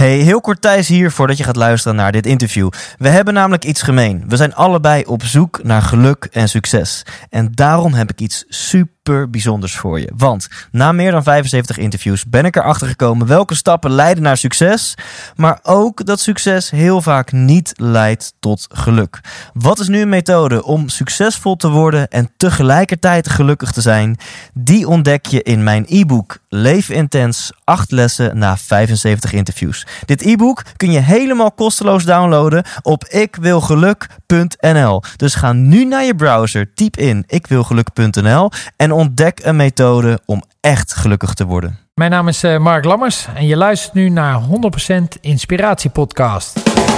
Hey, heel kort Thijs hier voordat je gaat luisteren naar dit interview. We hebben namelijk iets gemeen. We zijn allebei op zoek naar geluk en succes. En daarom heb ik iets super bijzonders voor je. Want na meer dan 75 interviews ben ik erachter gekomen welke stappen leiden naar succes. Maar ook dat succes heel vaak niet leidt tot geluk. Wat is nu een methode om succesvol te worden en tegelijkertijd gelukkig te zijn? Die ontdek je in mijn e-book Leef Intens, 8 lessen na 75 interviews. Dit e-book kun je helemaal kosteloos downloaden op ikwilgeluk.nl. Dus ga nu naar je browser, typ in ikwilgeluk.nl en ontdek een methode om echt gelukkig te worden. Mijn naam is Mark Lammers en je luistert nu naar 100% Inspiratie Podcast.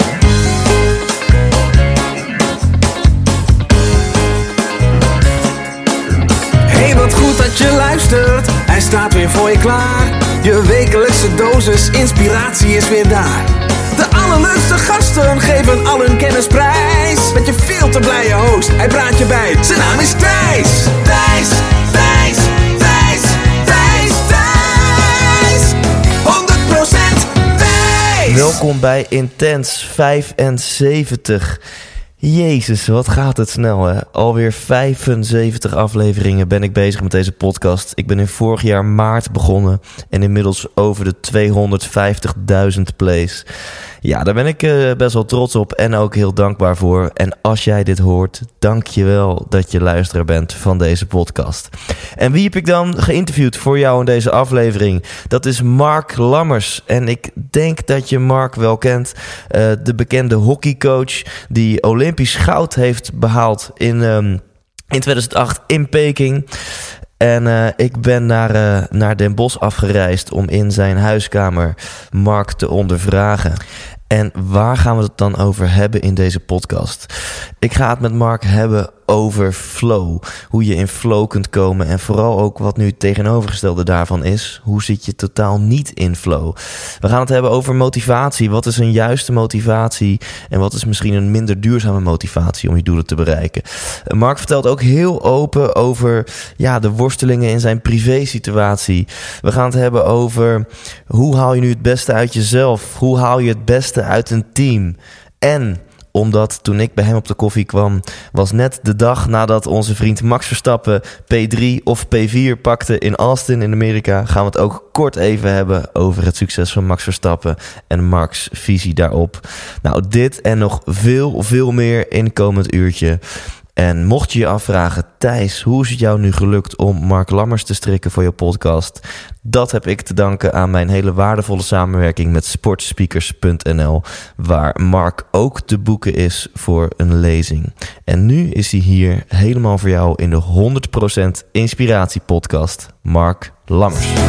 Hey, wat goed dat je luistert. Hij staat weer voor je klaar. Je wekelijkse dosis inspiratie is weer daar. De allerleukste gasten geven al hun kennis prijs. Met je veel te blije host, hij praat je bij. Zijn naam is Thijs. Thijs, Thijs, Thijs, Thijs, Thijs. 100% Thijs. Welkom bij Intens 75. Jezus, wat gaat het snel, hè? Alweer 75 afleveringen ben ik bezig met deze podcast. Ik ben in vorig jaar maart begonnen en inmiddels over de 250.000 plays. Ja, daar ben ik best wel trots op en ook heel dankbaar voor. En als jij dit hoort, dank je wel dat je luisteraar bent van deze podcast. En wie heb ik dan geïnterviewd voor jou in deze aflevering? Dat is Mark Lammers. En ik denk dat je Mark wel kent. De bekende hockeycoach die Olympisch goud heeft behaald in 2008 in Peking. En ik ben naar Den Bosch afgereisd om in zijn huiskamer Mark te ondervragen. En waar gaan we het dan over hebben in deze podcast? Ik ga het met Mark hebben over flow. Hoe je in flow kunt komen en vooral ook wat nu het tegenovergestelde daarvan is. Hoe zit je totaal niet in flow? We gaan het hebben over motivatie. Wat is een juiste motivatie? En wat is misschien een minder duurzame motivatie om je doelen te bereiken? Mark vertelt ook heel open over de worstelingen in zijn privésituatie. We gaan het hebben over hoe haal je nu het beste uit jezelf? Hoe haal je het beste uit een team? En omdat toen ik bij hem op de koffie kwam, was net de dag nadat onze vriend Max Verstappen P3 of P4 pakte in Austin in Amerika, gaan we het ook kort even hebben over het succes van Max Verstappen en Mark's visie daarop. Nou, dit en nog veel meer in komend uurtje. En mocht je je afvragen, Thijs, hoe is het jou nu gelukt om Mark Lammers te strikken voor je podcast? Dat heb ik te danken aan mijn hele waardevolle samenwerking met sportspeakers.nl, waar Mark ook te boeken is voor een lezing. En nu is hij hier helemaal voor jou in de 100% Inspiratie podcast, Mark Lammers. 100%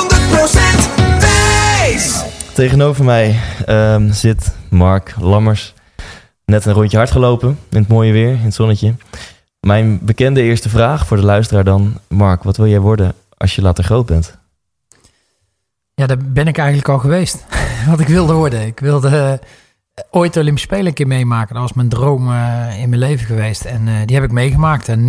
Thijs. Tegenover mij zit Mark Lammers. Net een rondje hard gelopen in het mooie weer, in het zonnetje. Mijn bekende eerste vraag voor de luisteraar dan. Mark, wat wil jij worden als je later groot bent? Ja, daar ben ik eigenlijk al geweest. Wat ik wilde worden. Ik wilde ooit de Olympische Spelen een keer meemaken. Dat was mijn droom in mijn leven geweest. En die heb ik meegemaakt. En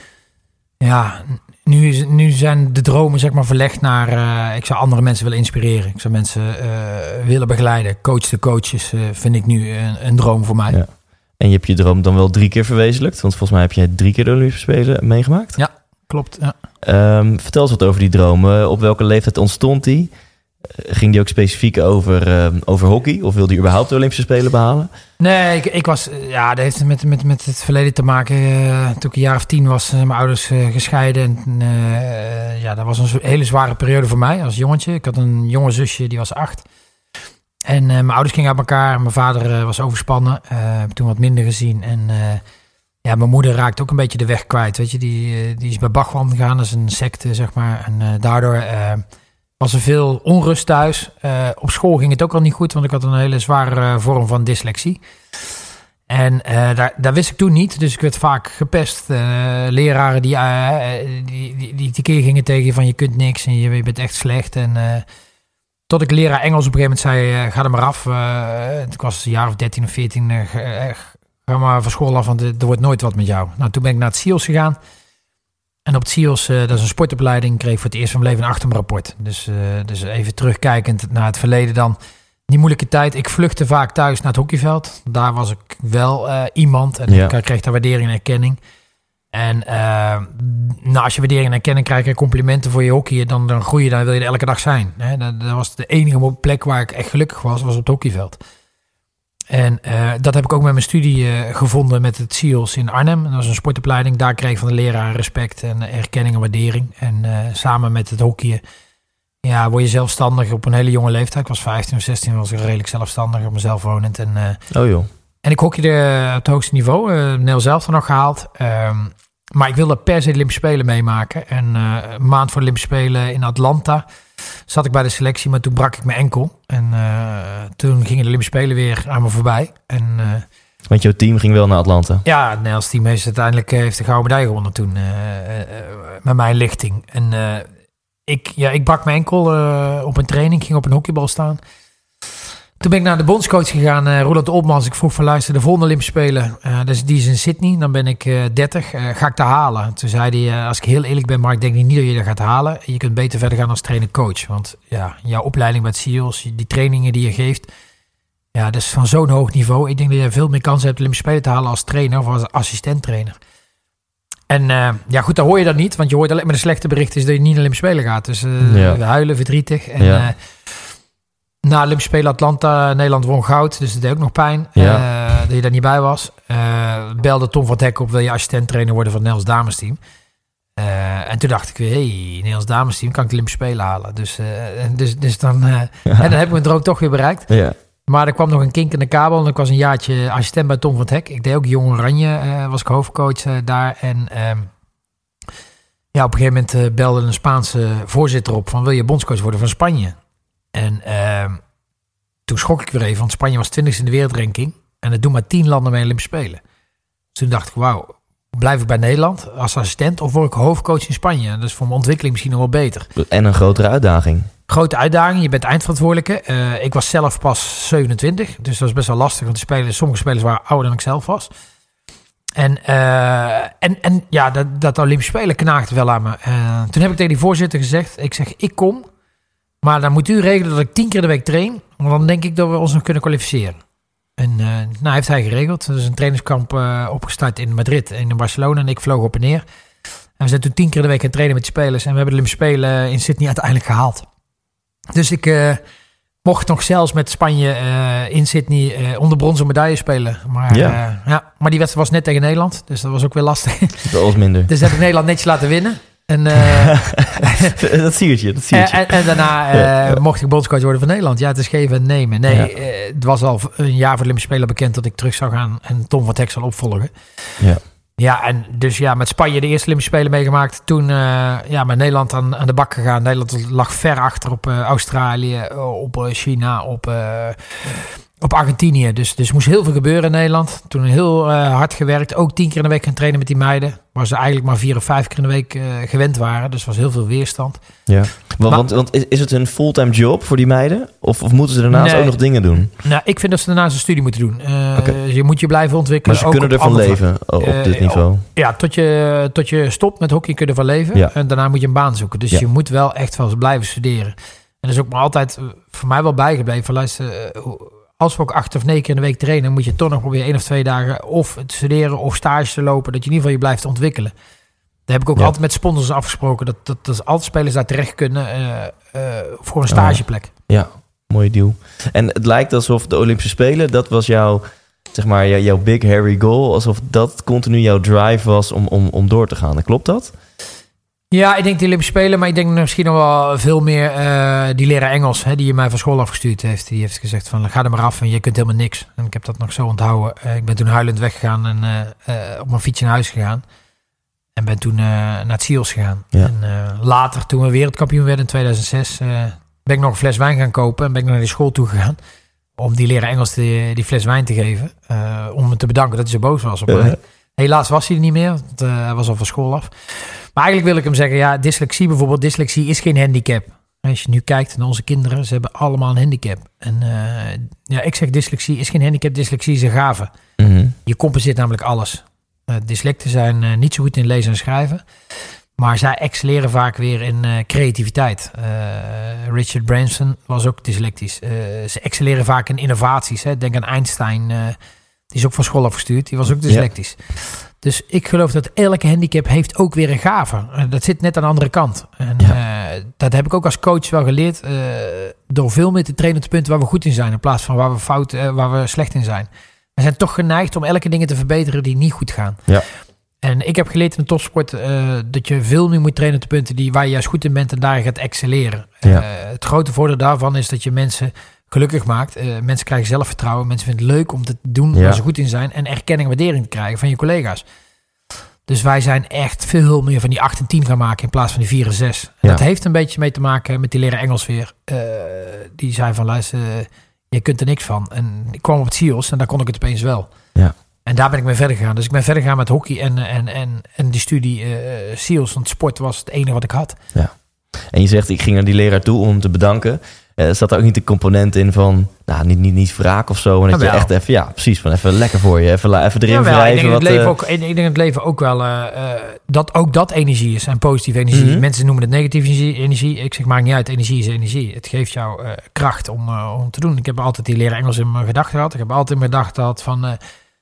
nu zijn de dromen zeg maar verlegd naar... ik zou andere mensen willen inspireren. Ik zou mensen willen begeleiden. Coach de coaches vind ik nu een droom voor mij. Ja. En je hebt je droom dan wel 3 keer verwezenlijkt? Want volgens mij heb jij 3 keer de Olympische Spelen meegemaakt. Ja, klopt. Ja. Vertel eens wat over die droom. Op welke leeftijd ontstond die? Ging die ook specifiek over hockey? Of wilde je überhaupt de Olympische Spelen behalen? Nee, ik was... dat heeft met het verleden te maken. Toen ik een jaar of 10 was, mijn ouders gescheiden. En dat was een hele zware periode voor mij als jongetje. Ik had een jonge zusje, die was 8. En mijn ouders gingen uit elkaar. Mijn vader was overspannen. Heb toen wat minder gezien. En mijn moeder raakte ook een beetje de weg kwijt. Weet je, die is bij Bhagwan gegaan. Dat is een secte, zeg maar. En daardoor... was er veel onrust thuis. Op school ging het ook al niet goed, want ik had een hele zware vorm van dyslexie. En daar wist ik toen niet, dus ik werd vaak gepest. Leraren die keer gingen tegen je van je kunt niks en je bent echt slecht. En tot ik leraar Engels op een gegeven moment zei, ga er maar af. Ik was een jaar of 13 of 14, ga maar van school af, want er wordt nooit wat met jou. Nou, toen ben ik naar het SEALS gegaan. En op het SEALS, dat is een sportopleiding, kreeg ik voor het eerst van mijn leven een 8-rapport. Dus even terugkijkend naar het verleden dan. die moeilijke tijd. Ik vluchtte vaak thuis naar het hockeyveld. Daar was ik wel iemand. En ik kreeg daar waardering en erkenning. En als je waardering en erkenning krijgt en complimenten voor je hockey, dan groei je, dan wil je er elke dag zijn. Hè? Dat was de enige plek waar ik echt gelukkig was op het hockeyveld. En dat heb ik ook met mijn studie gevonden met het SEALS in Arnhem. Dat was een sportopleiding. Daar kreeg ik van de leraar respect en erkenning en waardering. En samen met het hockeyen word je zelfstandig op een hele jonge leeftijd. Ik was 15 of 16, was ik redelijk zelfstandig, op mezelf wonend. En ik hockeyde op het hoogste niveau. Nederlands zelf nog gehaald. Maar ik wilde per se de Olympische Spelen meemaken. En een maand voor de Olympische Spelen in Atlanta zat ik bij de selectie, maar toen brak ik mijn enkel. En toen gingen de Olympische Spelen weer aan me voorbij. Want jouw team ging wel naar Atlanta? Ja, het Nederlands team heeft uiteindelijk de gouden medaille gewonnen toen. Met mijn lichting. En ik brak mijn enkel op een training. Ik ging op een hockeybal staan. Toen ben ik naar de bondscoach gegaan, Roland Opmans. Ik vroeg van luister, de volgende Olympische Spelen, die is in Sydney. Dan ben ik 30. Ga ik daar halen? Toen zei hij, als ik heel eerlijk ben, Mark, denk ik niet dat je dat gaat halen. Je kunt beter verder gaan als trainer-coach. Want jouw opleiding bij het SEALS, die trainingen die je geeft, dat is van zo'n hoog niveau. Ik denk dat je veel meer kans hebt de Olympische Spelen te halen als trainer of als assistent-trainer. En goed, dan hoor je dat niet. Want je hoort alleen maar de slechte berichten is dat je niet naar de Olympische Spelen gaat. Dus huilen, verdrietig. En na de Olympische Spelen Atlanta, Nederland won goud. Dus dat deed ook nog pijn dat je daar niet bij was. Belde Tom van het Hek op, wil je assistent-trainer worden van het Nederlands damesteam. En toen dacht ik weer, Nederlands damesteam, kan ik de Olympische Spelen halen. Dus dan en dan heb ik mijn droom toch weer bereikt. Ja. Maar er kwam nog een kink in de kabel. En ik was een jaartje assistent bij Tom van het Hek. Ik deed ook Jong Oranje, was ik hoofdcoach daar. En op een gegeven moment belde een Spaanse voorzitter op van, wil je bondscoach worden van Spanje? En toen schrok ik weer even, want Spanje was 20e in de wereldranking. En het doen maar 10 landen mee Olympische Spelen. Dus toen dacht ik, wauw, blijf ik bij Nederland als assistent of word ik hoofdcoach in Spanje? Dat is voor mijn ontwikkeling misschien nog wel beter. En een grotere uitdaging. Grote uitdaging, je bent eindverantwoordelijke. Ik was zelf pas 27, dus dat was best wel lastig. Want sommige spelers waren ouder dan ik zelf was. Dat Olympische Spelen knaagde wel aan me. Toen heb ik tegen die voorzitter gezegd, ik kom. Maar dan moet u regelen dat ik 10 keer de week train. Want dan denk ik dat we ons nog kunnen kwalificeren. En heeft hij geregeld. Er is een trainingskamp opgestart in Madrid en in Barcelona. En ik vloog op en neer. En we zijn toen 10 keer de week aan het trainen met de spelers. En we hebben de Olympische Spelen in Sydney uiteindelijk gehaald. Dus ik mocht nog zelfs met Spanje in Sydney om de bronzen medaille spelen. Maar die wedstrijd was net tegen Nederland. Dus dat was ook weer lastig. Dat was minder. Dus heb ik Nederland netjes laten winnen. En, dat siertje. En daarna mocht ik bondscoach worden van Nederland. Ja, het is geven en nemen. Het was al een jaar voor de Olympische Spelen bekend dat ik terug zou gaan en Tom van het Hek zal opvolgen. Met Spanje de eerste Olympische Spelen meegemaakt. Toen met Nederland aan de bak gegaan. Nederland lag ver achter op Australië, op China, op Argentinië. Dus moest heel veel gebeuren in Nederland. Toen heel hard gewerkt. Ook 10 keer in de week gaan trainen met die meiden. Waar ze eigenlijk maar 4 of 5 keer in de week gewend waren. Dus er was heel veel weerstand. Ja. Want is het een fulltime job voor die meiden? Of moeten ze daarnaast ook nog dingen doen? Nou, ik vind dat ze daarnaast een studie moeten doen. Je moet je blijven ontwikkelen. Maar ze kunnen ervan leven op dit niveau? Ja, tot je stopt met hockey kun je ervan leven. Ja. En daarna moet je een baan zoeken. Dus je moet wel echt wel blijven studeren. En dat is ook maar altijd voor mij wel bijgebleven. Van, luister, als we ook 8 of 9 keer in de week trainen, moet je toch nog proberen 1 of 2 dagen of te studeren of stage te lopen. Dat je in ieder geval je blijft ontwikkelen. Daar heb ik ook altijd met sponsors afgesproken. Dat altijd spelers daar terecht kunnen voor een stageplek. Ja, mooie deal. En het lijkt alsof de Olympische Spelen, dat was jouw big hairy goal. Alsof dat continu jouw drive was om door te gaan. Klopt dat? Ja, ik denk de Olympische Spelen, maar ik denk misschien nog wel veel meer die leraar Engels, die je mij van school afgestuurd heeft. Die heeft gezegd van, ga er maar af en je kunt helemaal niks. En ik heb dat nog zo onthouden. Ik ben toen huilend weggegaan en op mijn fietsje naar huis gegaan. En ben toen naar het SEALS gegaan. Ja. En later, toen we wereldkampioen werden in 2006, ben ik nog een fles wijn gaan kopen. En ben ik naar die school toe gegaan. Om die leraar Engels die fles wijn te geven. Om hem te bedanken dat hij zo boos was op mij. Helaas was hij er niet meer. Want, hij was al van school af. Maar eigenlijk wil ik hem zeggen, dyslexie bijvoorbeeld. Dyslexie is geen handicap. Als je nu kijkt naar onze kinderen, ze hebben allemaal een handicap. En ik zeg dyslexie is geen handicap. Dyslexie is een gave. Mm-hmm. Je compenseert namelijk alles. Dyslecten zijn niet zo goed in lezen en schrijven. Maar zij excelleren vaak weer in creativiteit. Richard Branson was ook dyslectisch. Ze excelleren vaak in innovaties. Hè. Denk aan Einstein. Die is ook van school afgestuurd. Die was ook dyslectisch. Ja. Dus ik geloof dat elke handicap heeft ook weer een gave. Dat zit net aan de andere kant. En dat heb ik ook als coach wel geleerd. Door veel meer te trainen op de punten waar we goed in zijn. In plaats van waar we slecht in zijn. We zijn toch geneigd om elke dingen te verbeteren die niet goed gaan. Ja. En ik heb geleerd in de topsport dat je veel meer moet trainen op de punten waar je juist goed in bent en daar gaat excelleren. Ja. Het grote voordeel daarvan is dat je mensen gelukkig maakt. Mensen krijgen zelfvertrouwen. Mensen vinden het leuk om te doen waar ze goed in zijn. En erkenning en waardering te krijgen van je collega's. Dus wij zijn echt veel meer van die 8 en 10 gaan maken in plaats van die 4 en 6. En dat heeft een beetje mee te maken met die leraar Engels weer. Die zei van luister, je kunt er niks van. En ik kwam op het CIOS en daar kon ik het opeens wel. Ja. En daar ben ik mee verder gegaan. Dus ik ben verder gegaan met hockey en die studie CIOS. Want sport was het enige wat ik had. Ja. En je zegt, ik ging naar die leraar toe om te bedanken. Zat er ook niet de component in van, niet wraak of zo? En dat je echt even, precies, van even lekker voor je. Even erin wrijven. Ik denk het leven ook wel, dat ook dat energie is en positieve energie. Mm-hmm. Mensen noemen het negatieve energie. Ik zeg, maakt niet uit, energie is energie. Het geeft jou kracht om te doen. Ik heb altijd die leraar Engels in mijn gedachten gehad. Ik heb altijd in mijn gedachten gehad van...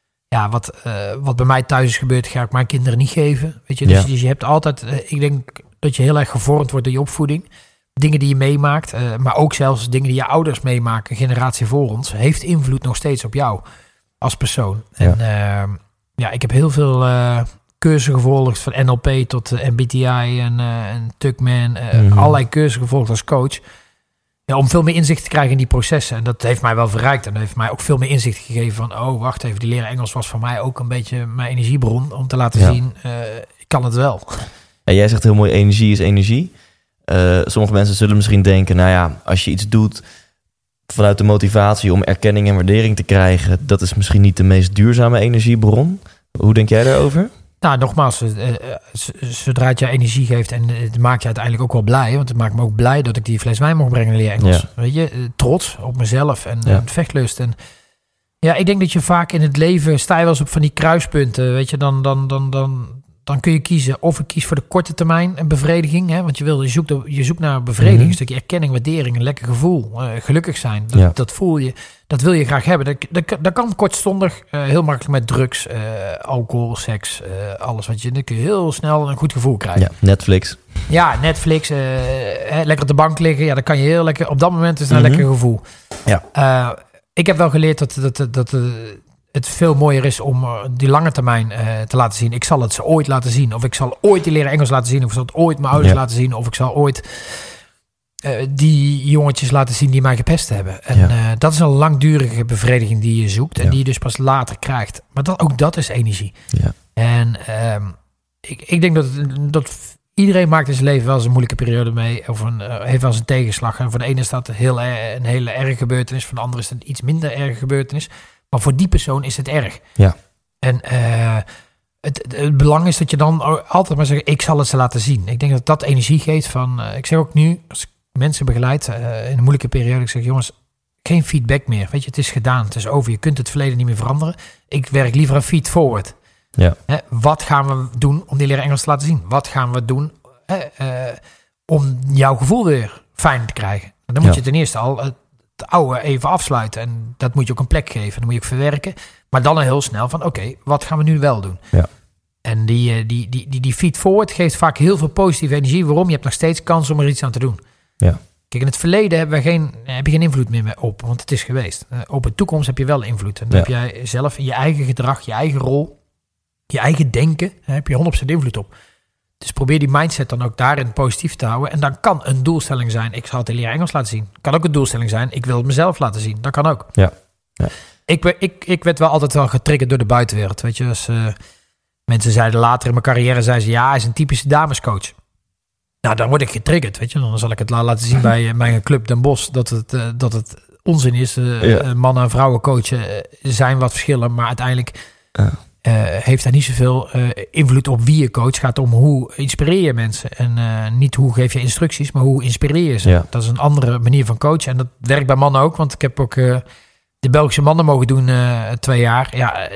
wat bij mij thuis is gebeurd, ga ik mijn kinderen niet geven. Weet je? Dus je hebt altijd... ik denk dat je heel erg gevormd wordt door je opvoeding. Dingen die je meemaakt, maar ook zelfs dingen die je ouders meemaken, een generatie voor ons, heeft invloed nog steeds op jou als persoon. Ja. En ik heb heel veel cursussen gevolgd, van NLP tot MBTI en Tuckman. Allerlei cursussen gevolgd als coach. Ja, om veel meer inzicht te krijgen in die processen. En dat heeft mij wel verrijkt. En dat heeft mij ook veel meer inzicht gegeven van... oh, wacht even, die leren Engels was voor mij ook een beetje mijn energiebron. Om te laten zien, ik kan het wel. En jij zegt heel mooi, energie is energie. Sommige mensen zullen misschien denken... als je iets doet vanuit de motivatie om erkenning en waardering te krijgen... dat is misschien niet de meest duurzame energiebron. Hoe denk jij daarover? Nou, nogmaals, zodra het je energie geeft en het maakt je uiteindelijk ook wel blij. Want het maakt me ook blij dat ik die fles wijn mocht brengen in leer Engels. Ja. Weet je, trots op mezelf en vechtlust. En ja, ik denk dat je vaak in het leven, sta je wel eens op van die kruispunten. Weet je, dan kun je kiezen of ik kies voor de korte termijn een bevrediging. Hè, want je zoekt naar bevrediging, een stukje erkenning, waardering, een lekker gevoel. Gelukkig zijn, dat voel je. Dat wil je graag hebben. Dat kan kortstondig, heel makkelijk met drugs, alcohol, seks, alles wat dan kun je heel snel een goed gevoel krijgen. Ja, Netflix. Ja, Netflix, lekker op de bank liggen. Ja, dan kan je heel lekker, op dat moment is het een lekker gevoel. Ja. Ik heb wel geleerd dat het veel mooier is om die lange termijn te laten zien. Ik zal het ze ooit laten zien. Of ik zal ooit die leren Engels laten zien. Of ik zal het ooit mijn ouders laten zien. Of ik zal ooit die jongetjes laten zien die mij gepest hebben. En dat is een langdurige bevrediging die je zoekt. En die je dus pas later krijgt. Maar ook dat is energie. Ja. En ik denk dat iedereen maakt in zijn leven wel eens een moeilijke periode mee. Of heeft wel eens een tegenslag. En voor de ene is dat een hele erge gebeurtenis. Voor de andere is het een iets minder erge gebeurtenis. Maar voor die persoon is het erg. Ja. En het belang is dat je dan altijd maar zegt, ik zal het ze laten zien. Ik denk dat energie geeft van... ik zeg ook nu, als ik mensen begeleid in een moeilijke periode... ik zeg, jongens, geen feedback meer. Weet je, het is gedaan, het is over. Je kunt het verleden niet meer veranderen. Ik werk liever aan feed forward. Ja. Wat gaan we doen om die leren Engels te laten zien? Wat gaan we doen om jouw gevoel weer fijn te krijgen? En dan moet je ten eerste al... het oude even afsluiten. En dat moet je ook een plek geven. Dan moet je ook verwerken. Maar dan heel snel van oké, wat gaan we nu wel doen? Ja. En die feed forward geeft vaak heel veel positieve energie. Waarom? Je hebt nog steeds kans om er iets aan te doen. Ja. Kijk, in het verleden heb je geen invloed meer op. Want het is geweest. Op de toekomst heb je wel invloed. En dan heb jij zelf in je eigen gedrag, je eigen rol, je eigen denken, heb je 100% invloed op. Dus probeer die mindset dan ook daarin positief te houden. En dan kan een doelstelling zijn, ik zal het leren Engels laten zien. Kan ook een doelstelling zijn, ik wil het mezelf laten zien. Dat kan ook. Ja. Ja. Ik werd wel altijd wel getriggerd door de buitenwereld. Weet je, als mensen zeiden later in mijn carrière, hij is een typische damescoach. Nou, dan word ik getriggerd, weet je. Dan zal ik het laten zien bij mijn club Den Bosch, dat het onzin is. Mannen en vrouwen coachen zijn wat verschillen, maar uiteindelijk... heeft daar niet zoveel invloed op wie je coach. Het gaat om hoe inspireer je mensen. En niet hoe geef je instructies, maar hoe inspireer je ze. Ja. Dat is een andere manier van coachen. En dat werkt bij mannen ook. Want ik heb ook de Belgische mannen mogen doen 2 jaar. Ja,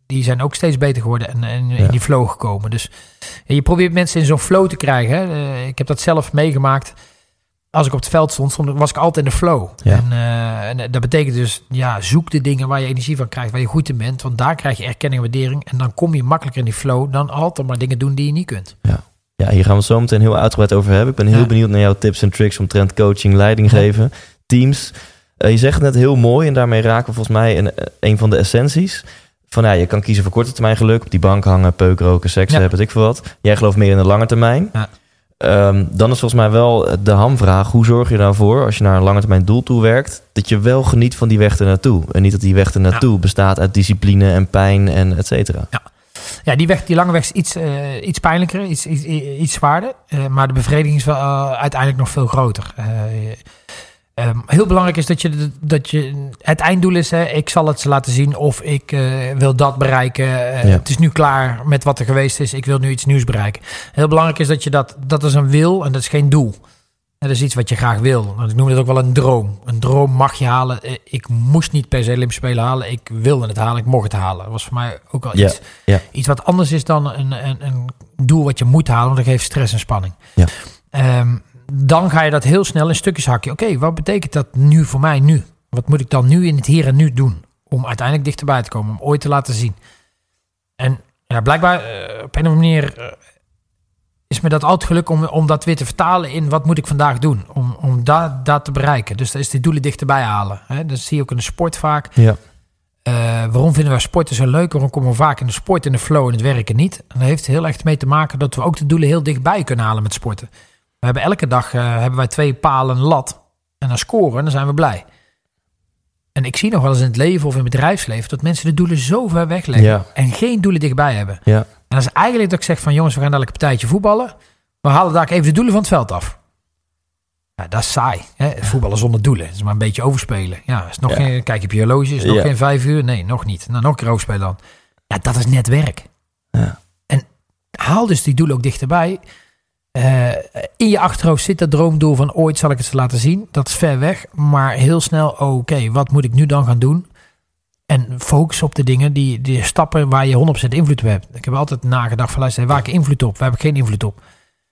die zijn ook steeds beter geworden en in die flow gekomen. Dus je probeert mensen in zo'n flow te krijgen. Hè. Ik heb dat zelf meegemaakt. Als ik op het veld stond was ik altijd in de flow. Ja. En dat betekent dus, zoek de dingen waar je energie van krijgt, waar je goed in bent. Want daar krijg je erkenning en waardering. En dan kom je makkelijker in die flow dan altijd maar dingen doen die je niet kunt. Ja, hier gaan we het zo meteen heel uitgebreid over hebben. Ik ben heel benieuwd naar jouw tips en tricks omtrent coaching, leiding geven, teams. Je zegt het net heel mooi en daarmee raken we volgens mij een van de essenties. Van je kan kiezen voor korte termijn geluk, op die bank hangen, peuk roken, seks hebben, weet ik veel wat. Jij gelooft meer in de lange termijn. Ja. Dan is volgens mij wel de hamvraag, hoe zorg je nou voor, als je naar een lange termijn doel toe werkt, dat je wel geniet van die weg ernaartoe. En niet dat die weg ernaartoe bestaat uit discipline en pijn en et cetera. Ja, die lange weg is iets pijnlijker, iets zwaarder. Maar de bevrediging is wel uiteindelijk nog veel groter. Heel belangrijk is dat je het einddoel is, ik zal het ze laten zien of ik wil dat bereiken. Het is nu klaar met wat er geweest is. Ik wil nu iets nieuws bereiken. Heel belangrijk is dat is een wil en dat is geen doel. Dat is iets wat je graag wil. Ik noem het ook wel een droom. Een droom mag je halen. Ik moest niet per se Olympische Spelen halen. Ik wilde het halen. Ik mocht het halen. Dat was voor mij ook wel iets wat anders is dan een doel wat je moet halen. Want dat geeft stress en spanning. Ja. Dan ga je dat heel snel in stukjes hakken. Oké, wat betekent dat nu voor mij nu? Wat moet ik dan nu in het hier en nu doen? Om uiteindelijk dichterbij te komen. Om ooit te laten zien. En blijkbaar op een of andere manier is me dat altijd geluk om dat weer te vertalen in wat moet ik vandaag doen. Om dat te bereiken. Dus dat is de doelen dichterbij halen. Hè? Dat zie je ook in de sport vaak. Ja. Waarom vinden wij sporten zo leuk? Waarom komen we vaak in de sport, in de flow en het werken niet? En dat heeft heel erg mee te maken dat we ook de doelen heel dichtbij kunnen halen met sporten. We hebben elke dag 2 palen lat. En dan scoren en dan zijn we blij. En ik zie nog wel eens in het leven of in het bedrijfsleven dat mensen de doelen zo ver wegleggen en geen doelen dichtbij hebben. Ja. En dat is eigenlijk dat ik zeg van jongens, we gaan dadelijk een partijtje voetballen. We halen daar even de doelen van het veld af. Ja, dat is saai. Hè? Voetballen zonder doelen. Dat is maar een beetje overspelen. Ja, is nog geen, kijk op je horloge, is nog geen 5 uur? Nee, nog niet. Nou, nog een keer overspelen dan. Ja, dat is net werk. Ja. En haal dus die doelen ook dichterbij. In je achterhoofd zit dat droomdoel van ooit zal ik het laten zien. Dat is ver weg, maar heel snel oké, wat moet ik nu dan gaan doen? En focus op de dingen, die stappen waar je 100% invloed op hebt. Ik heb altijd nagedacht van luister, waar heb ik invloed op? Waar heb ik geen invloed op?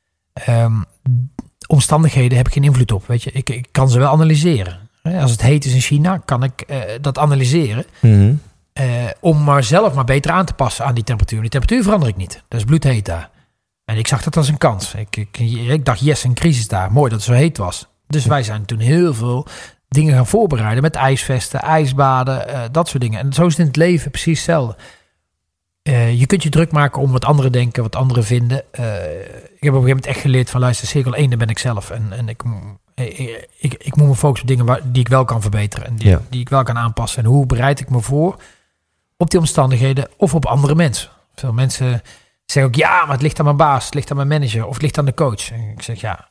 Omstandigheden heb ik geen invloed op. Weet je, ik kan ze wel analyseren. Als het heet is in China, kan ik dat analyseren. Mm-hmm. Om mezelf maar beter aan te passen aan die temperatuur. Die temperatuur verander ik niet. Dat is bloedheet daar. En ik zag dat als een kans. Ik dacht, yes, een crisis daar. Mooi dat het zo heet was. Dus wij zijn toen heel veel dingen gaan voorbereiden. Met ijsvesten, ijsbaden, dat soort dingen. En zo is het in het leven precies hetzelfde. Je kunt je druk maken om wat anderen denken, wat anderen vinden. Ik heb op een gegeven moment echt geleerd van luister, cirkel 1, daar ben ik zelf. En ik moet me focussen op dingen die ik wel kan verbeteren. En die ik wel kan aanpassen. En hoe bereid ik me voor op die omstandigheden of op andere mensen. Veel mensen zeggen ook, ja, maar het ligt aan mijn baas, het ligt aan mijn manager of het ligt aan de coach. En ik zeg, ja,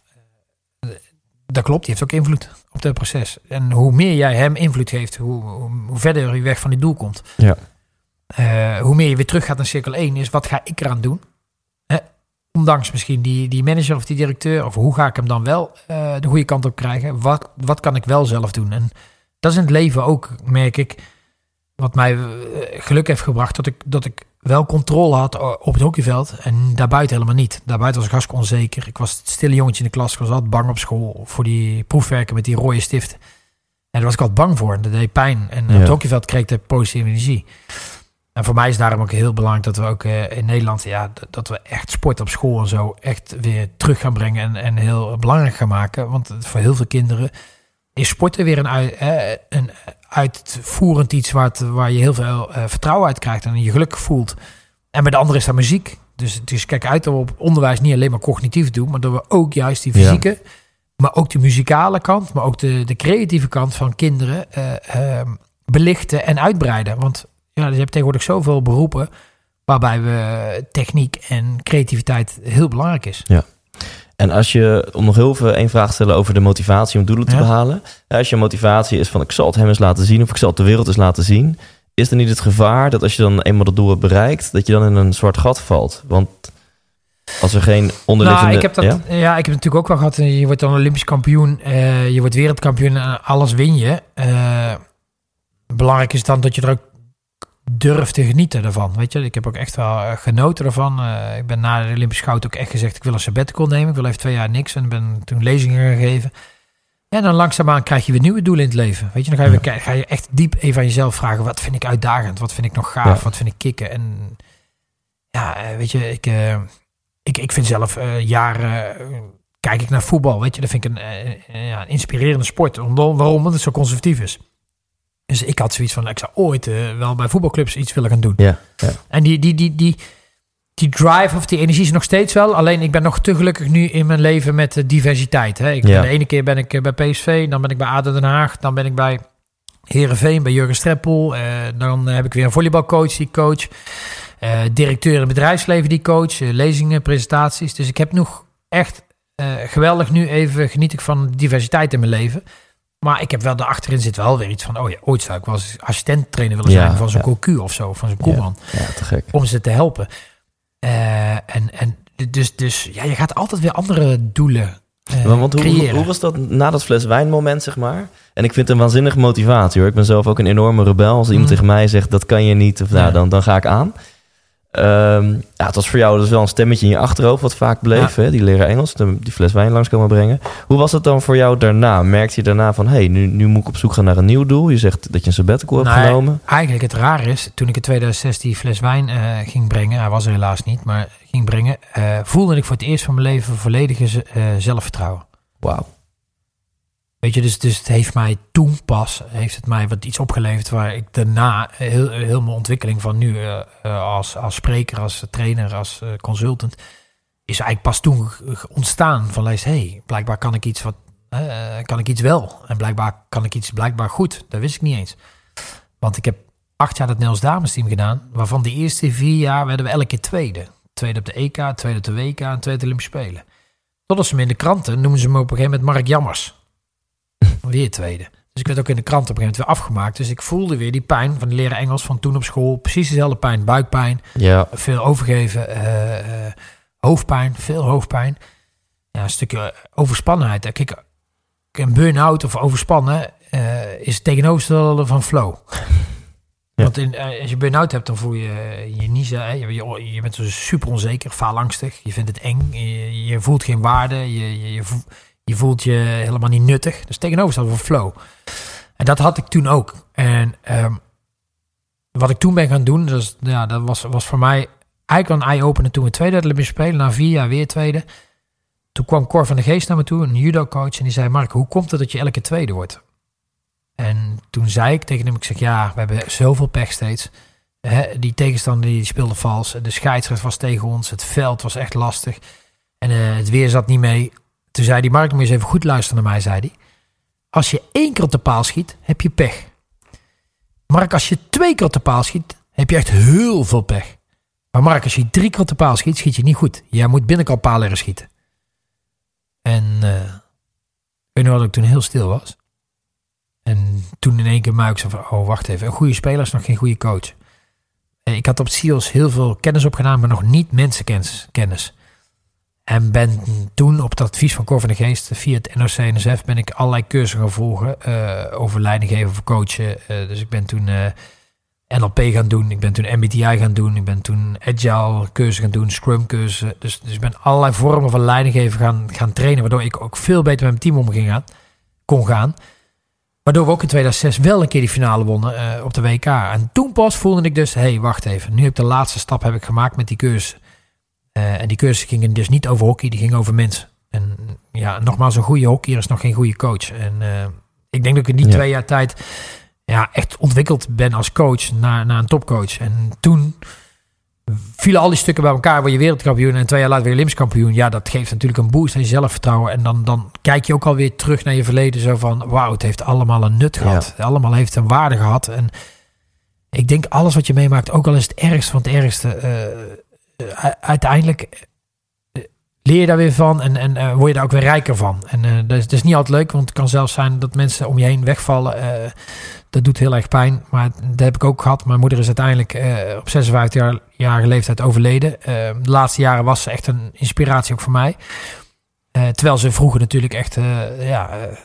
dat klopt, die heeft ook invloed op het proces. En hoe meer jij hem invloed geeft, hoe verder je weg van die doel komt. Ja. Hoe meer je weer terug gaat naar cirkel 1 is, wat ga ik eraan doen? Ondanks misschien die manager of die directeur, of hoe ga ik hem dan wel de goede kant op krijgen? Wat kan ik wel zelf doen? En dat is in het leven ook, merk ik, wat mij geluk heeft gebracht, dat ik wel controle had op het hockeyveld en daarbuiten helemaal niet. Daarbuiten was ik hartstikke onzeker. Ik was het stille jongetje in de klas. Ik was altijd bang op school voor die proefwerken met die rode stift. En daar was ik altijd bang voor. En dat deed pijn. En op het hockeyveld kreeg ik de positieve energie. En voor mij is daarom ook heel belangrijk dat we ook in Nederland, dat we echt sport op school en zo echt weer terug gaan brengen en heel belangrijk gaan maken. Want voor heel veel kinderen is sporten weer een uitvoerend iets waar je heel veel vertrouwen uit krijgt en je gelukkig voelt. En bij de andere is dat muziek. Dus kijk uit dat we op onderwijs niet alleen maar cognitief doen, maar dat we ook juist die fysieke, maar ook de muzikale kant, maar ook de creatieve kant van kinderen belichten en uitbreiden. Want je hebt tegenwoordig zoveel beroepen waarbij techniek en creativiteit heel belangrijk is. Ja. En om nog heel even één vraag te stellen over de motivatie om doelen te behalen. Als je motivatie is van ik zal het hem eens laten zien of ik zal het de wereld eens laten zien. Is er niet het gevaar dat als je dan eenmaal dat doel hebt bereikt, dat je dan in een zwart gat valt? Want als er geen onderliggende... ik heb het natuurlijk ook wel gehad. Je wordt dan Olympisch kampioen, je wordt wereldkampioen en alles win je. Belangrijk is dan dat je er ook durf te genieten ervan. Weet je, ik heb ook echt wel genoten ervan. Ik ben na de Olympische Goud ook echt gezegd, ik wil een sabbatical nemen. Ik wil even 2 jaar niks. En ben toen lezingen gaan geven. En dan langzaamaan krijg je weer nieuwe doelen in het leven. Weet je, dan ga je echt diep even aan jezelf vragen. Wat vind ik uitdagend? Wat vind ik nog gaaf? Ja. Wat vind ik kicken? En ja, weet je, ik vind zelf jaren... kijk ik naar voetbal, weet je. Dat vind ik een inspirerende sport. Waarom? Omdat het zo conservatief is. Dus ik had zoiets van, ik zou ooit wel bij voetbalclubs iets willen gaan doen. Ja. En die drive of die energie is nog steeds wel. Alleen ik ben nog te gelukkig nu in mijn leven met diversiteit. Hè. De ene keer ben ik bij PSV, dan ben ik bij ADO Den Haag, dan ben ik bij Heerenveen, bij Jurgen Streppel. Dan heb ik weer een volleybalcoach die coach. Directeur in het bedrijfsleven die coach. Lezingen, presentaties. Dus ik heb nog echt geweldig nu even geniet ik van diversiteit in mijn leven. Maar ik heb wel achterin zit wel weer iets van... ooit zou ik wel eens assistent-trainer willen zijn... van zo'n Cocu of zo, van zo'n Koeman. Ja, te gek. Om ze te helpen. Dus je gaat altijd weer andere doelen want creëren. Hoe was dat na dat fles wijn moment, zeg maar? En ik vind het een waanzinnige motivatie, hoor. Ik ben zelf ook een enorme rebel. Als iemand tegen mij zegt, dat kan je niet... dan ga ik aan. Het was voor jou dus wel een stemmetje in je achterhoofd wat vaak bleef. Hè? Die leren Engels, die fles wijn langs komen brengen. Hoe was het dan voor jou daarna? Merkte je daarna van, nu moet ik op zoek gaan naar een nieuw doel? Je zegt dat je een sabbatical hebt genomen. Eigenlijk het raar is, toen ik in 2006 die fles wijn ging brengen... hij was er helaas niet, maar ging brengen... voelde ik voor het eerst van mijn leven volledige zelfvertrouwen. Wauw. Weet je, dus het heeft mij toen pas... heeft het mij wat iets opgeleverd... waar ik daarna heel mijn ontwikkeling van nu... als spreker, als trainer, als consultant... is eigenlijk pas toen ontstaan van... blijkbaar kan ik iets kan ik iets wel. En blijkbaar kan ik iets goed. Dat wist ik niet eens. Want ik heb 8 jaar het Nederlands damesteam gedaan... waarvan de eerste 4 jaar werden we elke keer tweede. Tweede op de EK, tweede op de WK en tweede op de Olympische Spelen. Totdat ze me in de kranten noemen ze me op een gegeven moment Mark Jammers... Weer tweede. Dus ik werd ook in de krant op een gegeven moment weer afgemaakt. Dus ik voelde weer die pijn van de leren Engels van toen op school. Precies dezelfde pijn. Buikpijn. Ja. Veel overgeven. Hoofdpijn. Veel hoofdpijn. Ja, een stukje overspannenheid. Kijk, een burn-out of overspannen is het tegenovergestelde van flow. Ja. Want als je burn-out hebt, dan voel je je niezen. Je bent zo super onzeker, faalangstig. Je vindt het eng. Je voelt geen waarde. Je voelt je helemaal niet nuttig. Dus tegenovergestelde van flow. En dat had ik toen ook. En wat ik toen ben gaan doen, dat was voor mij eigenlijk een eye-opener toen we tweede Olympische Spelen. Na 4 jaar weer tweede. Toen kwam Cor van de Geest naar me toe, een judo-coach. En die zei, Mark, hoe komt het dat je elke tweede wordt? En toen zei ik tegen hem, ik zeg, we hebben zoveel pech steeds. Die tegenstander die speelde vals. De scheidsrechter was tegen ons. Het veld was echt lastig. En het weer zat niet mee. Toen zei hij, Mark, moet je eens even goed luisteren naar mij, zei hij. Als je 1 keer op de paal schiet, heb je pech. Mark, als je 2 keer op de paal schiet, heb je echt heel veel pech. Maar Mark, als je 3 keer op de paal schiet, schiet je niet goed. Jij moet binnenkant paal leren schieten. En ik weet nog dat ik toen heel stil was. En toen in één keer mij ook zo van, wacht even. Een goede speler is nog geen goede coach. Ik had op SEALS heel veel kennis opgedaan, maar nog niet mensenkennis. En ben toen op het advies van Cor van de Geest via het NOC-NSF ben ik allerlei cursussen gaan volgen over leiding geven, over coachen. Dus ik ben toen NLP gaan doen, ik ben toen MBTI gaan doen, ik ben toen Agile cursussen gaan doen, Scrum cursussen. Dus ik ben allerlei vormen van leiding geven gaan trainen, waardoor ik ook veel beter met mijn team kon gaan. Waardoor we ook in 2006 wel een keer die finale wonnen op de WK. En toen pas voelde ik dus, wacht even, nu heb ik de laatste stap gemaakt met die cursus. En die cursus gingen dus niet over hockey, die ging over mensen. En nogmaals, een goede hockeyer is nog geen goede coach. En ik denk dat ik in die 2 jaar tijd echt ontwikkeld ben als coach naar een topcoach. En toen vielen al die stukken bij elkaar, word je wereldkampioen en 2 jaar later weer Olympisch kampioen. Ja, dat geeft natuurlijk een boost aan je zelfvertrouwen. En dan kijk je ook alweer terug naar je verleden zo van, wauw, het heeft allemaal een nut gehad. Ja. Allemaal heeft een waarde gehad. En ik denk alles wat je meemaakt, ook al is het ergste van het ergste, uiteindelijk leer je daar weer van en word je daar ook weer rijker van. En dat is niet altijd leuk, want het kan zelfs zijn dat mensen om je heen wegvallen. Dat doet heel erg pijn, maar dat heb ik ook gehad. Mijn moeder is uiteindelijk op 56-jarige leeftijd overleden. De laatste jaren was ze echt een inspiratie ook voor mij. Terwijl ze vroeger natuurlijk echt